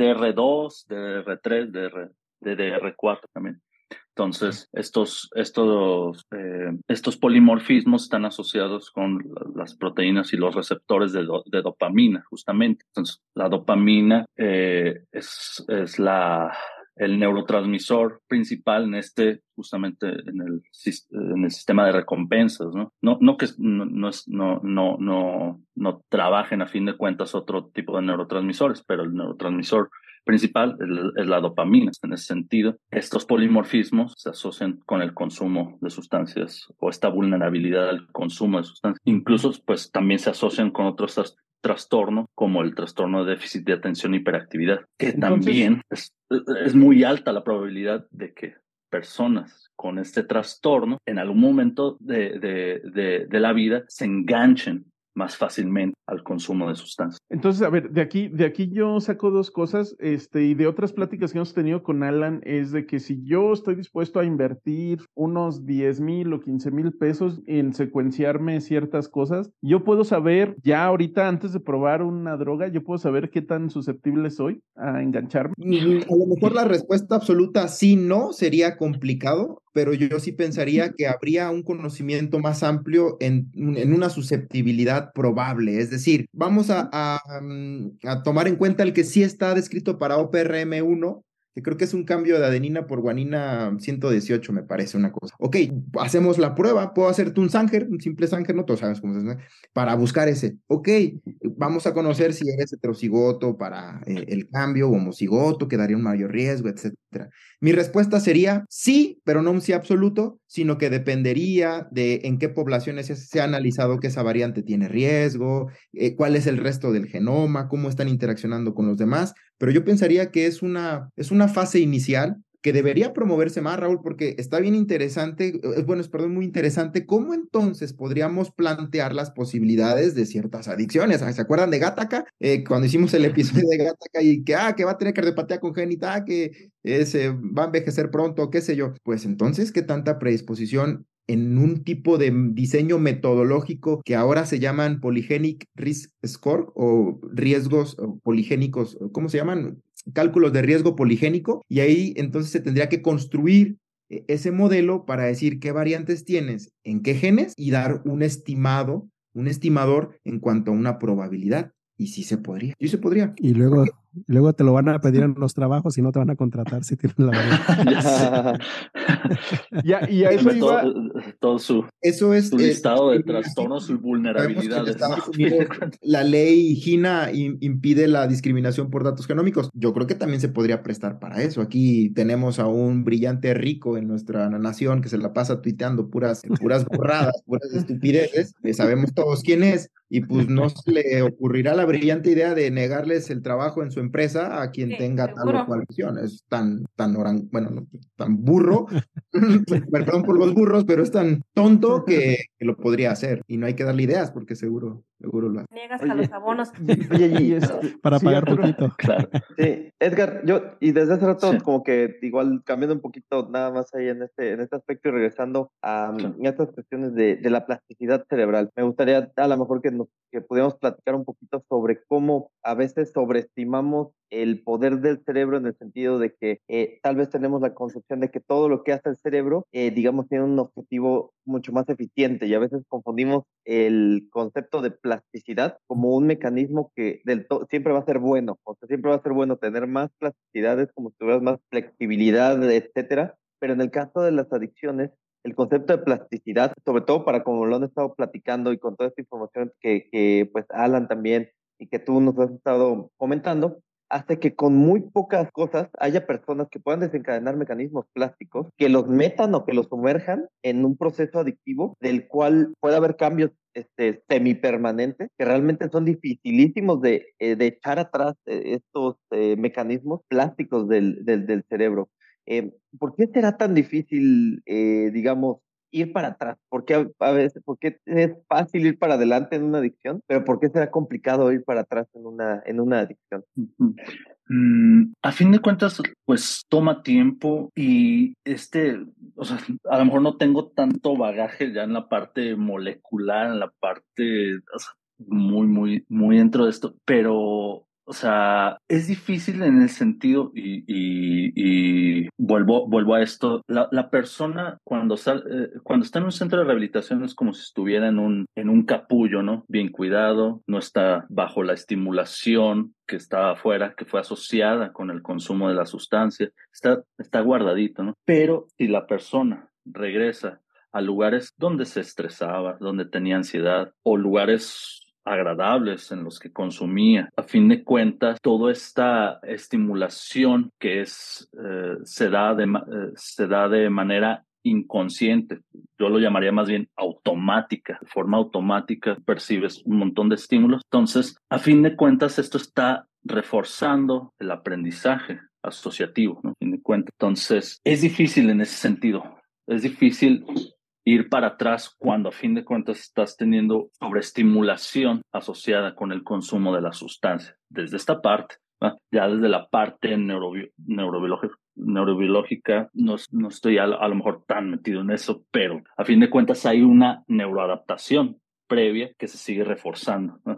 DDR3, DDR4 también. Entonces, estos polimorfismos están asociados con las proteínas y los receptores de dopamina, justamente. Entonces, la dopamina es el neurotransmisor principal justamente en el sistema de recompensas, ¿no? No que no trabajen a fin de cuentas otro tipo de neurotransmisores, pero el neurotransmisor principal es la dopamina. En ese sentido, estos polimorfismos se asocian con el consumo de sustancias o esta vulnerabilidad al consumo de sustancias. Incluso, pues, también se asocian con otros trastornos como el trastorno de déficit de atención e hiperactividad, que también es muy alta la probabilidad de que personas con este trastorno en algún momento de la vida se enganchen más fácilmente al consumo de sustancias. Entonces, a ver, de aquí yo saco dos cosas, y de otras pláticas que hemos tenido con Alan, es de que si yo estoy dispuesto a invertir unos 10,000 o 15,000 pesos en secuenciarme ciertas cosas, yo puedo saber, ya ahorita antes de probar una droga, yo puedo saber qué tan susceptible soy a engancharme. A lo mejor la respuesta absoluta sí, no, sería complicado, pero yo sí pensaría que habría un conocimiento más amplio en una susceptibilidad probable. Es decir, vamos a tomar en cuenta el que sí está descrito para OPRM1, que creo que es un cambio de adenina por guanina 118, me parece una cosa. Ok, hacemos la prueba, puedo hacerte un Sanger, un simple Sanger, no todos sabemos cómo se hace, para buscar ese. Ok, vamos a conocer si eres heterocigoto para el cambio, o homocigoto, que daría un mayor riesgo, etcétera. Mi respuesta sería sí, pero no un sí absoluto, sino que dependería de en qué poblaciones se ha analizado que esa variante tiene riesgo, cuál es el resto del genoma, cómo están interaccionando con los demás, pero yo pensaría que es una fase inicial que debería promoverse más, Raúl, porque está bien interesante, muy interesante cómo entonces podríamos plantear las posibilidades de ciertas adicciones. ¿Se acuerdan de Gattaca? Cuando hicimos el episodio de Gattaca y que va a tener cardiopatía congénita, que se va a envejecer pronto, qué sé yo. Pues entonces, ¿qué tanta predisposición en un tipo de diseño metodológico que ahora se llaman Polygenic Risk Score o riesgos poligénicos, ¿cómo se llaman? Cálculos de riesgo poligénico, y ahí entonces se tendría que construir ese modelo para decir qué variantes tienes, en qué genes, y dar un estimador en cuanto a una probabilidad. Y sí se podría. Y luego te lo van a pedir en los trabajos y no te van a contratar si tienes la variante. Y a eso iba... Todo su listado de trastornos y vulnerabilidades. La ley GINA impide la discriminación por datos genómicos. Yo creo que también se podría prestar para eso. Aquí tenemos a un brillante rico en nuestra nación que se la pasa tuiteando puras burradas, puras estupideces. Sabemos todos quién es. Y pues no se le ocurrirá la brillante idea de negarles el trabajo en su empresa a quien tenga tal o seguro. cual visión. Es tan burro, perdón por los burros, pero es tan tonto que lo podría hacer y no hay que darle ideas porque seguro lo hace. Niegas a los abonos. Oye, para sí, pagar Arturo. poquito. Claro. Sí, Edgar, y desde hace rato Sí. como que igual cambiando un poquito nada más ahí en este aspecto y regresando a Sí. estas cuestiones de la plasticidad cerebral, me gustaría a lo mejor que pudiéramos platicar un poquito sobre cómo a veces sobreestimamos el poder del cerebro en el sentido de que tal vez tenemos la concepción de que todo lo que hace el cerebro, digamos, tiene un objetivo mucho más eficiente y a veces confundimos el concepto de plasticidad como un mecanismo que siempre va a ser bueno, o sea, siempre va a ser bueno tener más plasticidades, como si tuvieras más flexibilidad, etcétera, pero en el caso de las adicciones, el concepto de plasticidad, sobre todo para como lo han estado platicando y con toda esta información que pues Alan también y que tú nos has estado comentando, hace que con muy pocas cosas haya personas que puedan desencadenar mecanismos plásticos que los metan o que los sumerjan en un proceso adictivo del cual puede haber cambios semipermanentes que realmente son dificilísimos de echar atrás estos mecanismos plásticos del cerebro. ¿Por qué será tan difícil, digamos, ir para atrás? ¿Por qué a veces, por qué es fácil ir para adelante en una adicción, pero por qué será complicado ir para atrás en una adicción? A fin de cuentas, pues toma tiempo y o sea, a lo mejor no tengo tanto bagaje ya en la parte molecular, en la parte, o sea, muy dentro de esto, pero o sea, es difícil en el sentido y vuelvo a esto. La persona cuando está en un centro de rehabilitación es como si estuviera en un capullo, ¿no? Bien cuidado, no está bajo la estimulación que está afuera, que fue asociada con el consumo de la sustancia. Está guardadito, ¿no? Pero si la persona regresa a lugares donde se estresaba, donde tenía ansiedad o lugares agradables en los que consumía. A fin de cuentas, toda esta estimulación que se da de manera inconsciente, yo lo llamaría más bien automática, de forma automática percibes un montón de estímulos. Entonces, a fin de cuentas, esto está reforzando el aprendizaje asociativo, ¿no? A fin de cuentas. Entonces, es difícil en ese sentido. Es difícil ir para atrás cuando a fin de cuentas estás teniendo sobreestimulación asociada con el consumo de la sustancia. Desde esta parte, ¿no? Ya desde la parte neurobiológica, no estoy a lo mejor tan metido en eso, pero a fin de cuentas hay una neuroadaptación previa que se sigue reforzando, ¿no?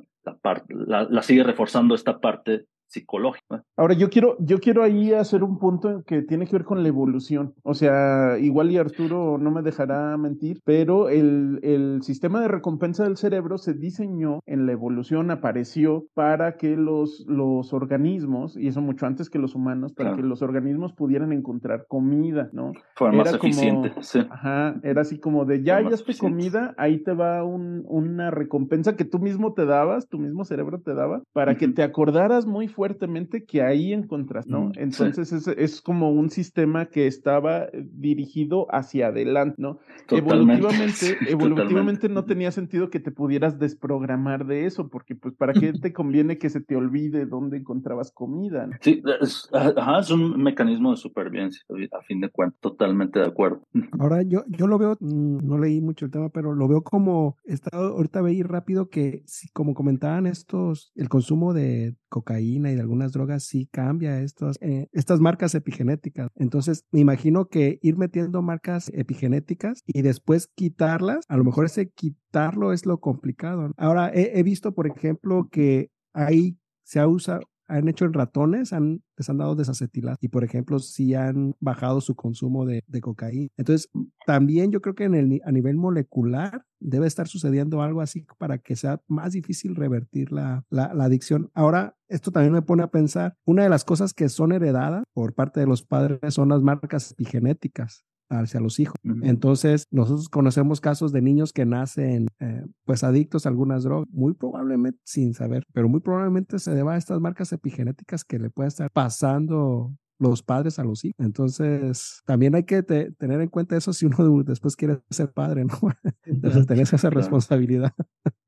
La sigue reforzando esta parte psicológica. Ahora, yo quiero ahí hacer un punto que tiene que ver con la evolución. O sea, igual y Arturo no me dejará mentir, pero el sistema de recompensa del cerebro se diseñó en la evolución, apareció para que los organismos, y eso mucho antes que los humanos, para que los organismos pudieran encontrar comida, ¿no? Fueron más eficientes, sí. Ajá, era así como de, ya hallaste comida, ahí te va una recompensa que tú mismo te dabas, tu mismo cerebro te daba, para que te acordaras muy fuertemente que ahí encontras, ¿no? Entonces sí. es como un sistema que estaba dirigido hacia adelante, ¿no? Evolutivamente no tenía sentido que te pudieras desprogramar de eso, porque pues ¿para qué te conviene que se te olvide dónde encontrabas comida, ¿no? Sí, es un mecanismo de supervivencia, a fin de cuentas, totalmente de acuerdo. Ahora yo lo veo, no leí mucho el tema, pero lo veo como, ahorita veí rápido que como comentaban el consumo de cocaína y de algunas drogas sí cambia estas marcas epigenéticas. Entonces me imagino que ir metiendo marcas epigenéticas y después quitarlas, a lo mejor ese quitarlo es lo complicado. Ahora he visto, por ejemplo, que ahí han hecho en ratones, les han dado desacetilato y, por ejemplo, sí han bajado su consumo de cocaína. Entonces, también yo creo que a nivel molecular debe estar sucediendo algo así para que sea más difícil revertir la adicción. Ahora, esto también me pone a pensar, una de las cosas que son heredadas por parte de los padres son las marcas epigenéticas hacia los hijos. Entonces, nosotros conocemos casos de niños que nacen pues adictos a algunas drogas, muy probablemente sin saber, pero muy probablemente se deba a estas marcas epigenéticas que le pueden estar pasando los padres a los hijos. Entonces, también hay que tener en cuenta eso si uno después quiere ser padre, ¿no? Entonces, tenés esa responsabilidad.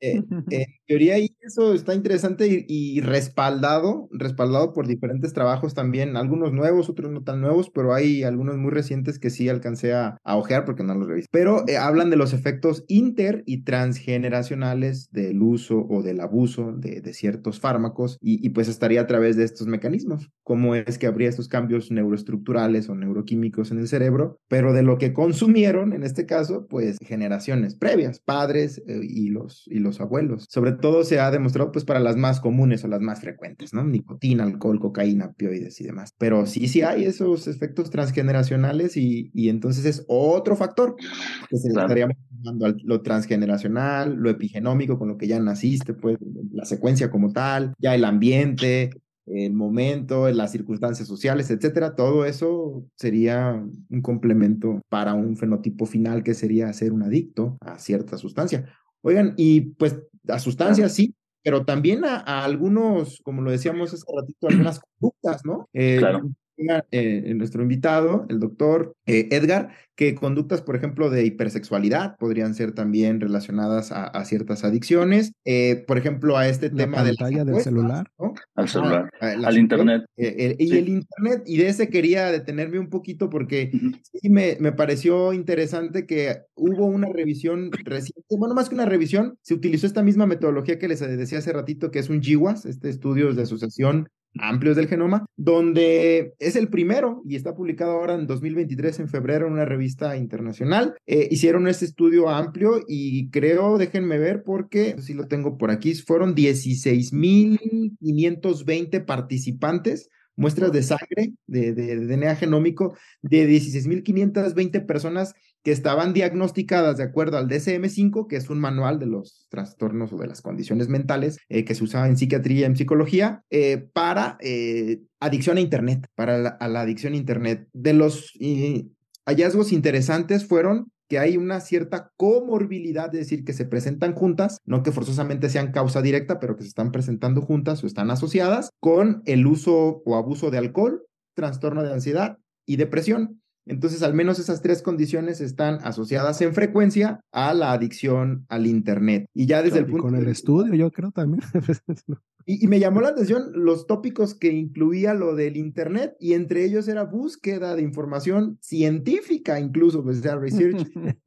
En teoría, y eso está interesante y respaldado por diferentes trabajos también, algunos nuevos, otros no tan nuevos, pero hay algunos muy recientes que sí alcancé a ojear porque no los revisé. Pero hablan de los efectos inter y transgeneracionales del uso o del abuso de ciertos fármacos y pues estaría a través de estos mecanismos, cómo es que habría estos cambios neuroestructurales o neuroquímicos en el cerebro, pero de lo que consumieron, en este caso, pues generaciones previas, padres y los abuelos. Sobre todo se ha demostrado pues para las más comunes o las más frecuentes, ¿no? Nicotina, alcohol, cocaína, opioides y demás. Pero sí hay esos efectos transgeneracionales y entonces es otro factor que se estaríamos llamando a lo transgeneracional, lo epigenómico, con lo que ya naciste, pues la secuencia como tal, ya el ambiente, el momento, las circunstancias sociales, etcétera, todo eso sería un complemento para un fenotipo final que sería ser un adicto a cierta sustancia. Oigan, y pues a sustancias sí, pero también a algunos, como lo decíamos hace ratito, algunas conductas, ¿no? Claro. Nuestro invitado, el doctor Edgar, que conductas, por ejemplo, de hipersexualidad podrían ser también relacionadas a ciertas adicciones, por ejemplo, a este tema de la pantalla del celular, ¿no? Al celular, al internet. Y el internet, y de ese quería detenerme un poquito porque sí me pareció interesante que hubo una revisión reciente, bueno, más que una revisión, se utilizó esta misma metodología que les decía hace ratito, que es un GWAS, estudios de asociación amplios del genoma, donde es el primero y está publicado ahora en 2023 en febrero en una revista internacional. Hicieron este estudio amplio y creo, déjenme ver porque si lo tengo por aquí, fueron 16,520 participantes, muestras de sangre de DNA genómico de 16,520 personas que estaban diagnosticadas de acuerdo al DSM-5, que es un manual de los trastornos o de las condiciones mentales que se usaba en psiquiatría y en psicología para adicción a Internet, para la adicción a Internet. De los hallazgos interesantes fueron que hay una cierta comorbilidad, es decir, que se presentan juntas, no que forzosamente sean causa directa, pero que se están presentando juntas o están asociadas con el uso o abuso de alcohol, trastorno de ansiedad y depresión. Entonces, al menos esas tres condiciones están asociadas en frecuencia a la adicción al Internet. Y ya desde el punto con el estudio, yo creo también. Y me llamó la atención los tópicos que incluía lo del Internet, y entre ellos era búsqueda de información científica, incluso, pues, sea, research.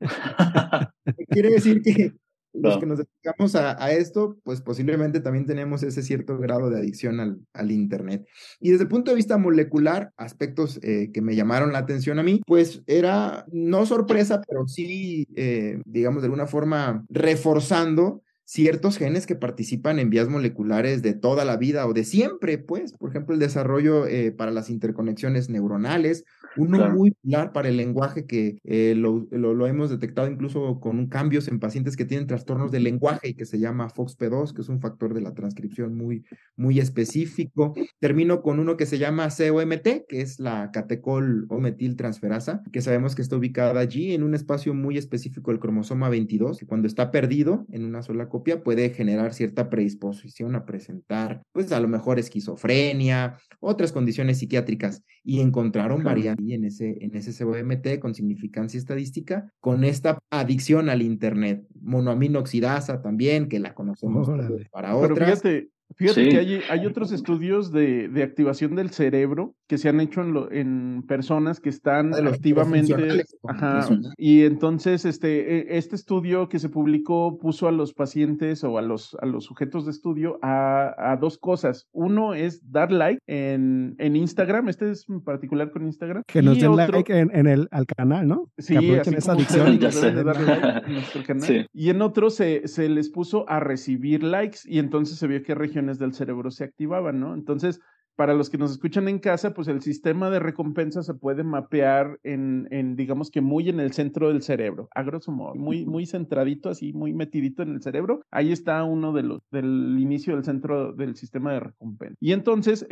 Quiere decir que los que nos dedicamos a esto, pues posiblemente también tenemos ese cierto grado de adicción al Internet. Y desde el punto de vista molecular, aspectos que me llamaron la atención a mí, pues era no sorpresa, pero sí, digamos, de alguna forma reforzando ciertos genes que participan en vías moleculares de toda la vida o de siempre, pues, por ejemplo, el desarrollo para las interconexiones neuronales, uno muy popular para el lenguaje que lo hemos detectado incluso con cambios en pacientes que tienen trastornos del lenguaje y que se llama FOXP2, que es un factor de la transcripción muy, muy específico. Termino con uno que se llama COMT, que es la catecol o metiltransferasa, que sabemos que está ubicada allí en un espacio muy específico del cromosoma 22, que cuando está perdido en una sola copia puede generar cierta predisposición a presentar, pues a lo mejor esquizofrenia, otras condiciones psiquiátricas, y encontraron variantes en ese COMT con significancia estadística con esta adicción al Internet. Monoaminoxidasa también, que la conocemos para otras. Pero fíjate que hay otros estudios de activación del cerebro que se han hecho en personas que están activamente. Y entonces este estudio que se publicó puso a los pacientes o a los sujetos de estudio a dos cosas. Uno es dar like en Instagram, este es en particular con Instagram. Que nos den like al canal, ¿no? Sí, que aprovechen esa adicción. Nos deben de dar like en nuestro canal. Sí. Y en otro se les puso a recibir likes y entonces se vio que regiones del cerebro se activaban, ¿no? Entonces, para los que nos escuchan en casa, pues el sistema de recompensa se puede mapear en digamos que muy en el centro del cerebro, a grosso modo, muy, muy centradito, así, muy metidito en el cerebro. Ahí está uno del inicio del centro del sistema de recompensa. Y entonces,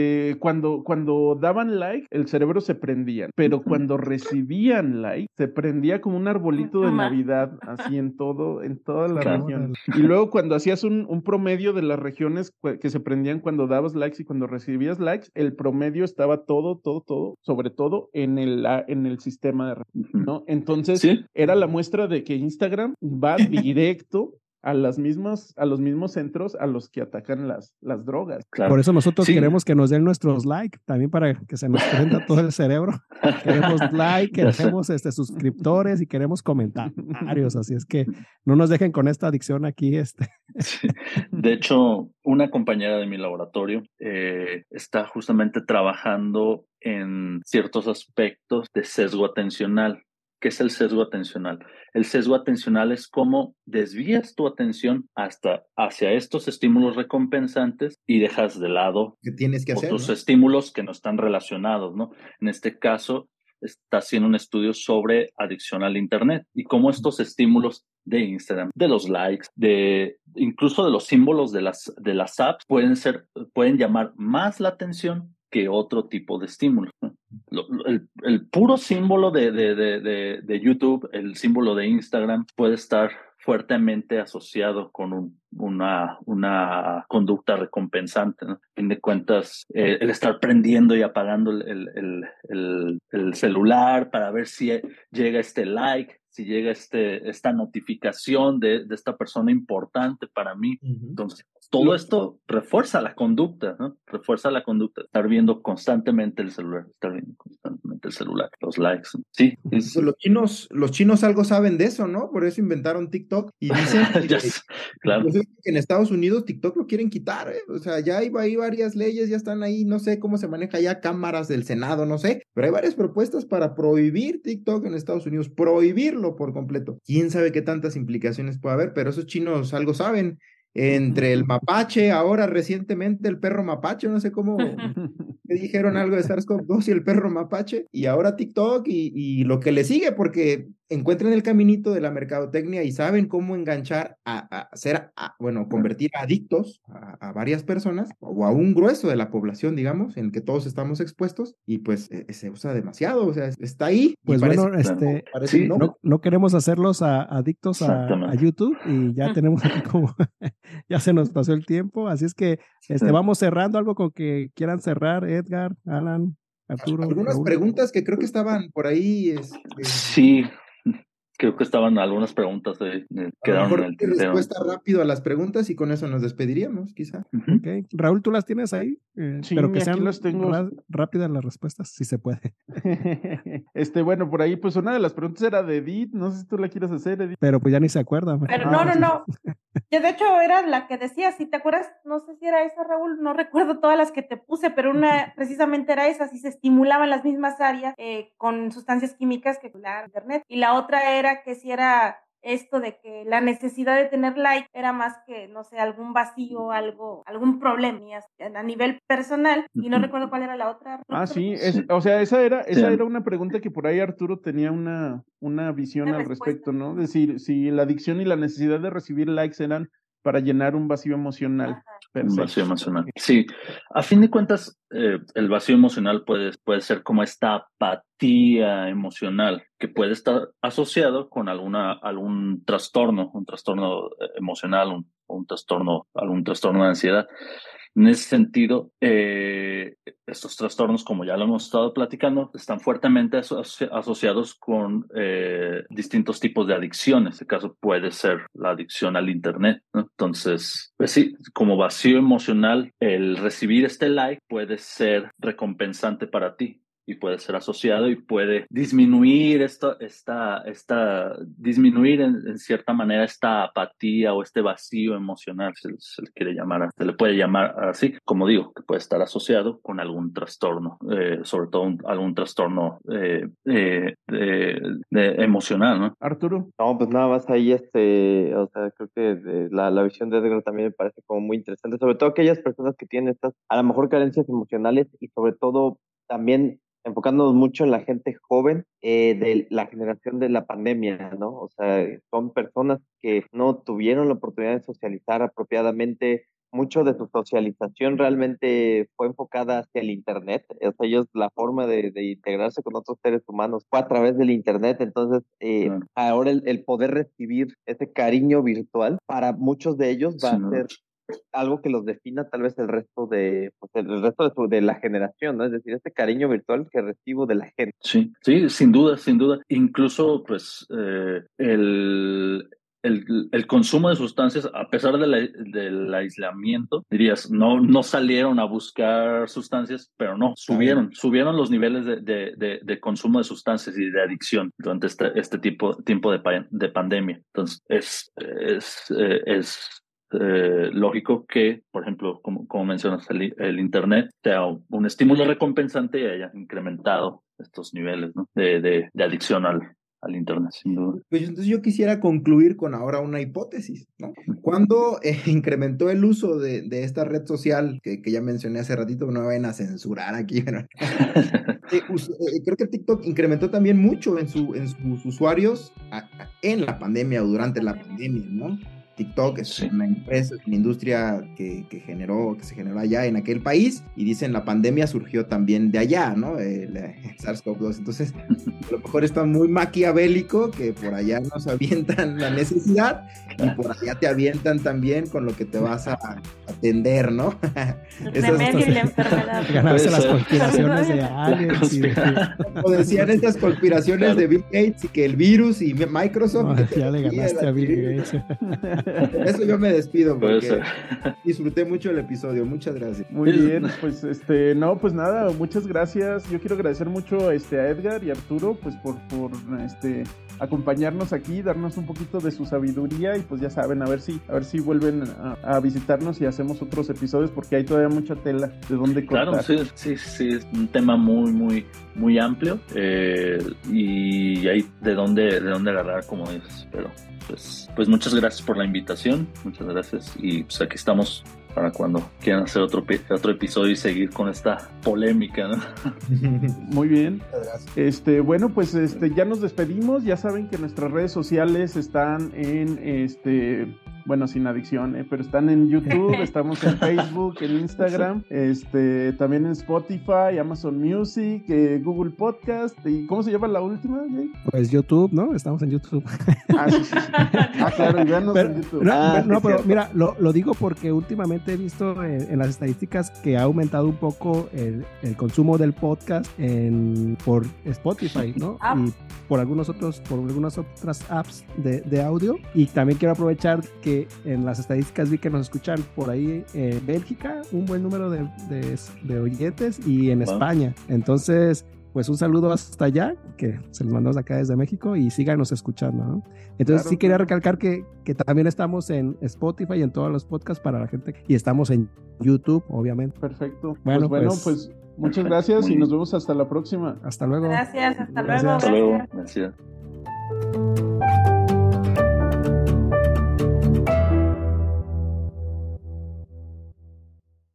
cuando daban like, el cerebro se prendía, pero cuando recibían like, se prendía como un arbolito de Navidad, así en toda la región. Y luego cuando hacías un promedio de las regiones que se prendían cuando dabas likes y cuando recibías likes, el promedio estaba todo, sobre todo en el sistema de recompensa, ¿no? Entonces, era la muestra de que Instagram va directo a los mismos centros a los que atacan las drogas. Claro. Por eso nosotros queremos que nos den nuestros likes, también para que se nos prenda todo el cerebro. Queremos like, queremos suscriptores y queremos comentarios, así es que no nos dejen con esta adicción aquí. Sí. De hecho, una compañera de mi laboratorio está justamente trabajando en ciertos aspectos de sesgo atencional. ¿Qué es el sesgo atencional? El sesgo atencional es cómo desvías tu atención hacia estos estímulos recompensantes y dejas de lado ¿qué tienes que hacer, otros estímulos que no están relacionados, ¿no? En este caso, está haciendo un estudio sobre adicción al Internet y cómo estos estímulos de Instagram, de los likes, incluso de los símbolos de las apps pueden llamar más la atención que otro tipo de estímulo, ¿no? El puro símbolo de YouTube, el símbolo de Instagram puede estar fuertemente asociado con una conducta recompensante, ¿no? A fin de cuentas, el estar prendiendo y apagando el celular para ver si llega este like, si llega esta notificación de esta persona importante para mí. Entonces, todo esto refuerza la conducta, ¿no? Refuerza la conducta. Estar viendo constantemente el celular, los likes. Sí. Pues los chinos algo saben de eso, ¿no? Por eso inventaron TikTok y dicen claro. que en Estados Unidos TikTok lo quieren quitar, ¿eh? O sea, ya hay varias leyes, ya están ahí, no sé cómo se maneja ya, cámaras del Senado, no sé, pero hay varias propuestas para prohibir TikTok en Estados Unidos, prohibirlo por completo. ¿Quién sabe qué tantas implicaciones puede haber? Pero esos chinos algo saben. Entre el mapache, ahora recientemente el perro mapache, no sé cómo me dijeron algo de SARS-CoV-2 y el perro mapache, y ahora TikTok y lo que le sigue, porque encuentran el caminito de la mercadotecnia y saben cómo enganchar convertir adictos a varias personas o a un grueso de la población, digamos, en que todos estamos expuestos y pues se usa demasiado, o sea, está ahí. Pues bueno, no queremos hacerlos adictos a YouTube y ya tenemos aquí como ya se nos pasó el tiempo, así es que vamos cerrando. Algo con que quieran cerrar, Edgar, Alan, Arturo. Algunas Raúl. Preguntas que creo que estaban por ahí. Sí, creo que estaban algunas preguntas quedaron en el tintero. Respuesta rápido a las preguntas y con eso nos despediríamos, quizá. Okay. Raúl, ¿tú las tienes ahí? Sí, pero que sean rápidas las respuestas, si se puede. Bueno, por ahí, pues una de las preguntas era de Edith, no sé si tú la quieres hacer, Edith. Pero pues ya ni se acuerda. Pero no. Yo de hecho era la que decía, si te acuerdas, no sé si era esa, Raúl, no recuerdo todas las que te puse, pero una precisamente era esa, si se estimulaban las mismas áreas con sustancias químicas que la Internet. Y la otra era que si era esto de que la necesidad de tener like era más que, no sé, algún vacío, algún problema a nivel personal, y no recuerdo cuál era la otra. Sí, esa era una pregunta que por ahí Arturo tenía una visión al respecto, ¿no? Es decir, si la adicción y la necesidad de recibir likes eran para llenar un vacío emocional. Un vacío emocional. Sí, a fin de cuentas, el vacío emocional puede ser como esta apatía emocional que puede estar asociado con algún trastorno, un trastorno emocional, algún trastorno de ansiedad. En ese sentido, estos trastornos, como ya lo hemos estado platicando, están fuertemente asociados con distintos tipos de adicciones. En este caso puede ser la adicción al Internet, ¿no? Entonces, pues sí, como vacío emocional, el recibir este like puede ser recompensante para ti y puede ser asociado y puede disminuir disminuir en cierta manera esta apatía o este vacío emocional, se le quiere llamar, se le puede llamar así, como digo, que puede estar asociado con algún trastorno, sobre todo algún trastorno emocional, ¿no? Arturo. No, pues nada más ahí, creo que la visión de Edgar también me parece como muy interesante, sobre todo aquellas personas que tienen estas, a lo mejor, carencias emocionales y sobre todo también enfocándonos mucho en la gente joven de la generación de la pandemia, ¿no? O sea, son personas que no tuvieron la oportunidad de socializar apropiadamente. Mucho de su socialización realmente fue enfocada hacia el Internet. O sea, ellos, la forma de integrarse con otros seres humanos fue a través del Internet. Entonces, ahora el poder recibir ese cariño virtual, para muchos de ellos va a ser algo que los defina tal vez el resto de la generación, ¿no? Es decir, este cariño virtual que recibo de la gente. Sí, sin duda. Incluso, pues, el consumo de sustancias, a pesar del aislamiento, dirías, no salieron a buscar sustancias, pero no, subieron los niveles de consumo de sustancias y de adicción durante este tiempo de pandemia. Entonces, es lógico que, por ejemplo, como mencionas, el Internet sea un estímulo recompensante y haya incrementado estos niveles, ¿no? de adicción al Internet, sin duda. Pues entonces yo quisiera concluir con ahora una hipótesis, ¿no? ¿Cuándo incrementó el uso de esta red social que ya mencioné hace ratito? No me vayan a censurar aquí, pero creo que TikTok incrementó también mucho en sus usuarios en la pandemia o durante la pandemia, ¿no? TikTok es una empresa, es una industria que se generó allá en aquel país, y dicen la pandemia surgió también de allá, ¿no? SARS-CoV-2. Entonces, a lo mejor está muy maquiavélico que por allá nos avientan la necesidad y por allá te avientan también con lo que te vas a atender, ¿no? El remedio y la enfermedad. Ganarse las conspiraciones de aliens. O decían estas conspiraciones de Bill Gates y que el virus y Microsoft. No, ya le ganaste a Bill Gates. Eso yo me despido porque disfruté mucho el episodio. Muchas gracias. Muy bien, pues pues nada, muchas gracias. Yo quiero agradecer mucho a Edgar y Arturo pues por acompañarnos aquí, darnos un poquito de su sabiduría, y pues ya saben, a ver si vuelven a visitarnos y hacemos otros episodios, porque hay todavía mucha tela de dónde cortar. Claro, sí, es un tema muy, muy, muy amplio, y hay de dónde agarrar, como dices, pero pues muchas gracias por la invitación, muchas gracias, y pues aquí estamos para cuando quieran hacer otro episodio y seguir con esta polémica, ¿no? Muy bien. Bueno, pues ya nos despedimos. Ya saben que nuestras redes sociales están en bueno, sin adicción, pero están en YouTube, estamos en Facebook, en Instagram, también en Spotify, Amazon Music, Google Podcast, y ¿cómo se llama la última, Jay? Pues YouTube, ¿no? Estamos en YouTube. Sí. Claro, y véanos en YouTube. Pero mira, lo digo porque últimamente he visto en las estadísticas que ha aumentado un poco el consumo del podcast por Spotify, ¿no? Y por algunas otras apps de audio. Y también quiero aprovechar que en las estadísticas vi que nos escuchan por ahí en Bélgica, un buen número de oyentes, y en España. Entonces, pues un saludo hasta allá, que se los mandamos acá desde México, y síganos escuchando, ¿no? Entonces sí quería recalcar que también estamos en Spotify y en todos los podcasts para la gente, y estamos en YouTube, obviamente. Perfecto. Bueno, pues muchas gracias y nos vemos hasta la próxima. Hasta luego. Gracias, hasta luego. Hasta luego. Gracias.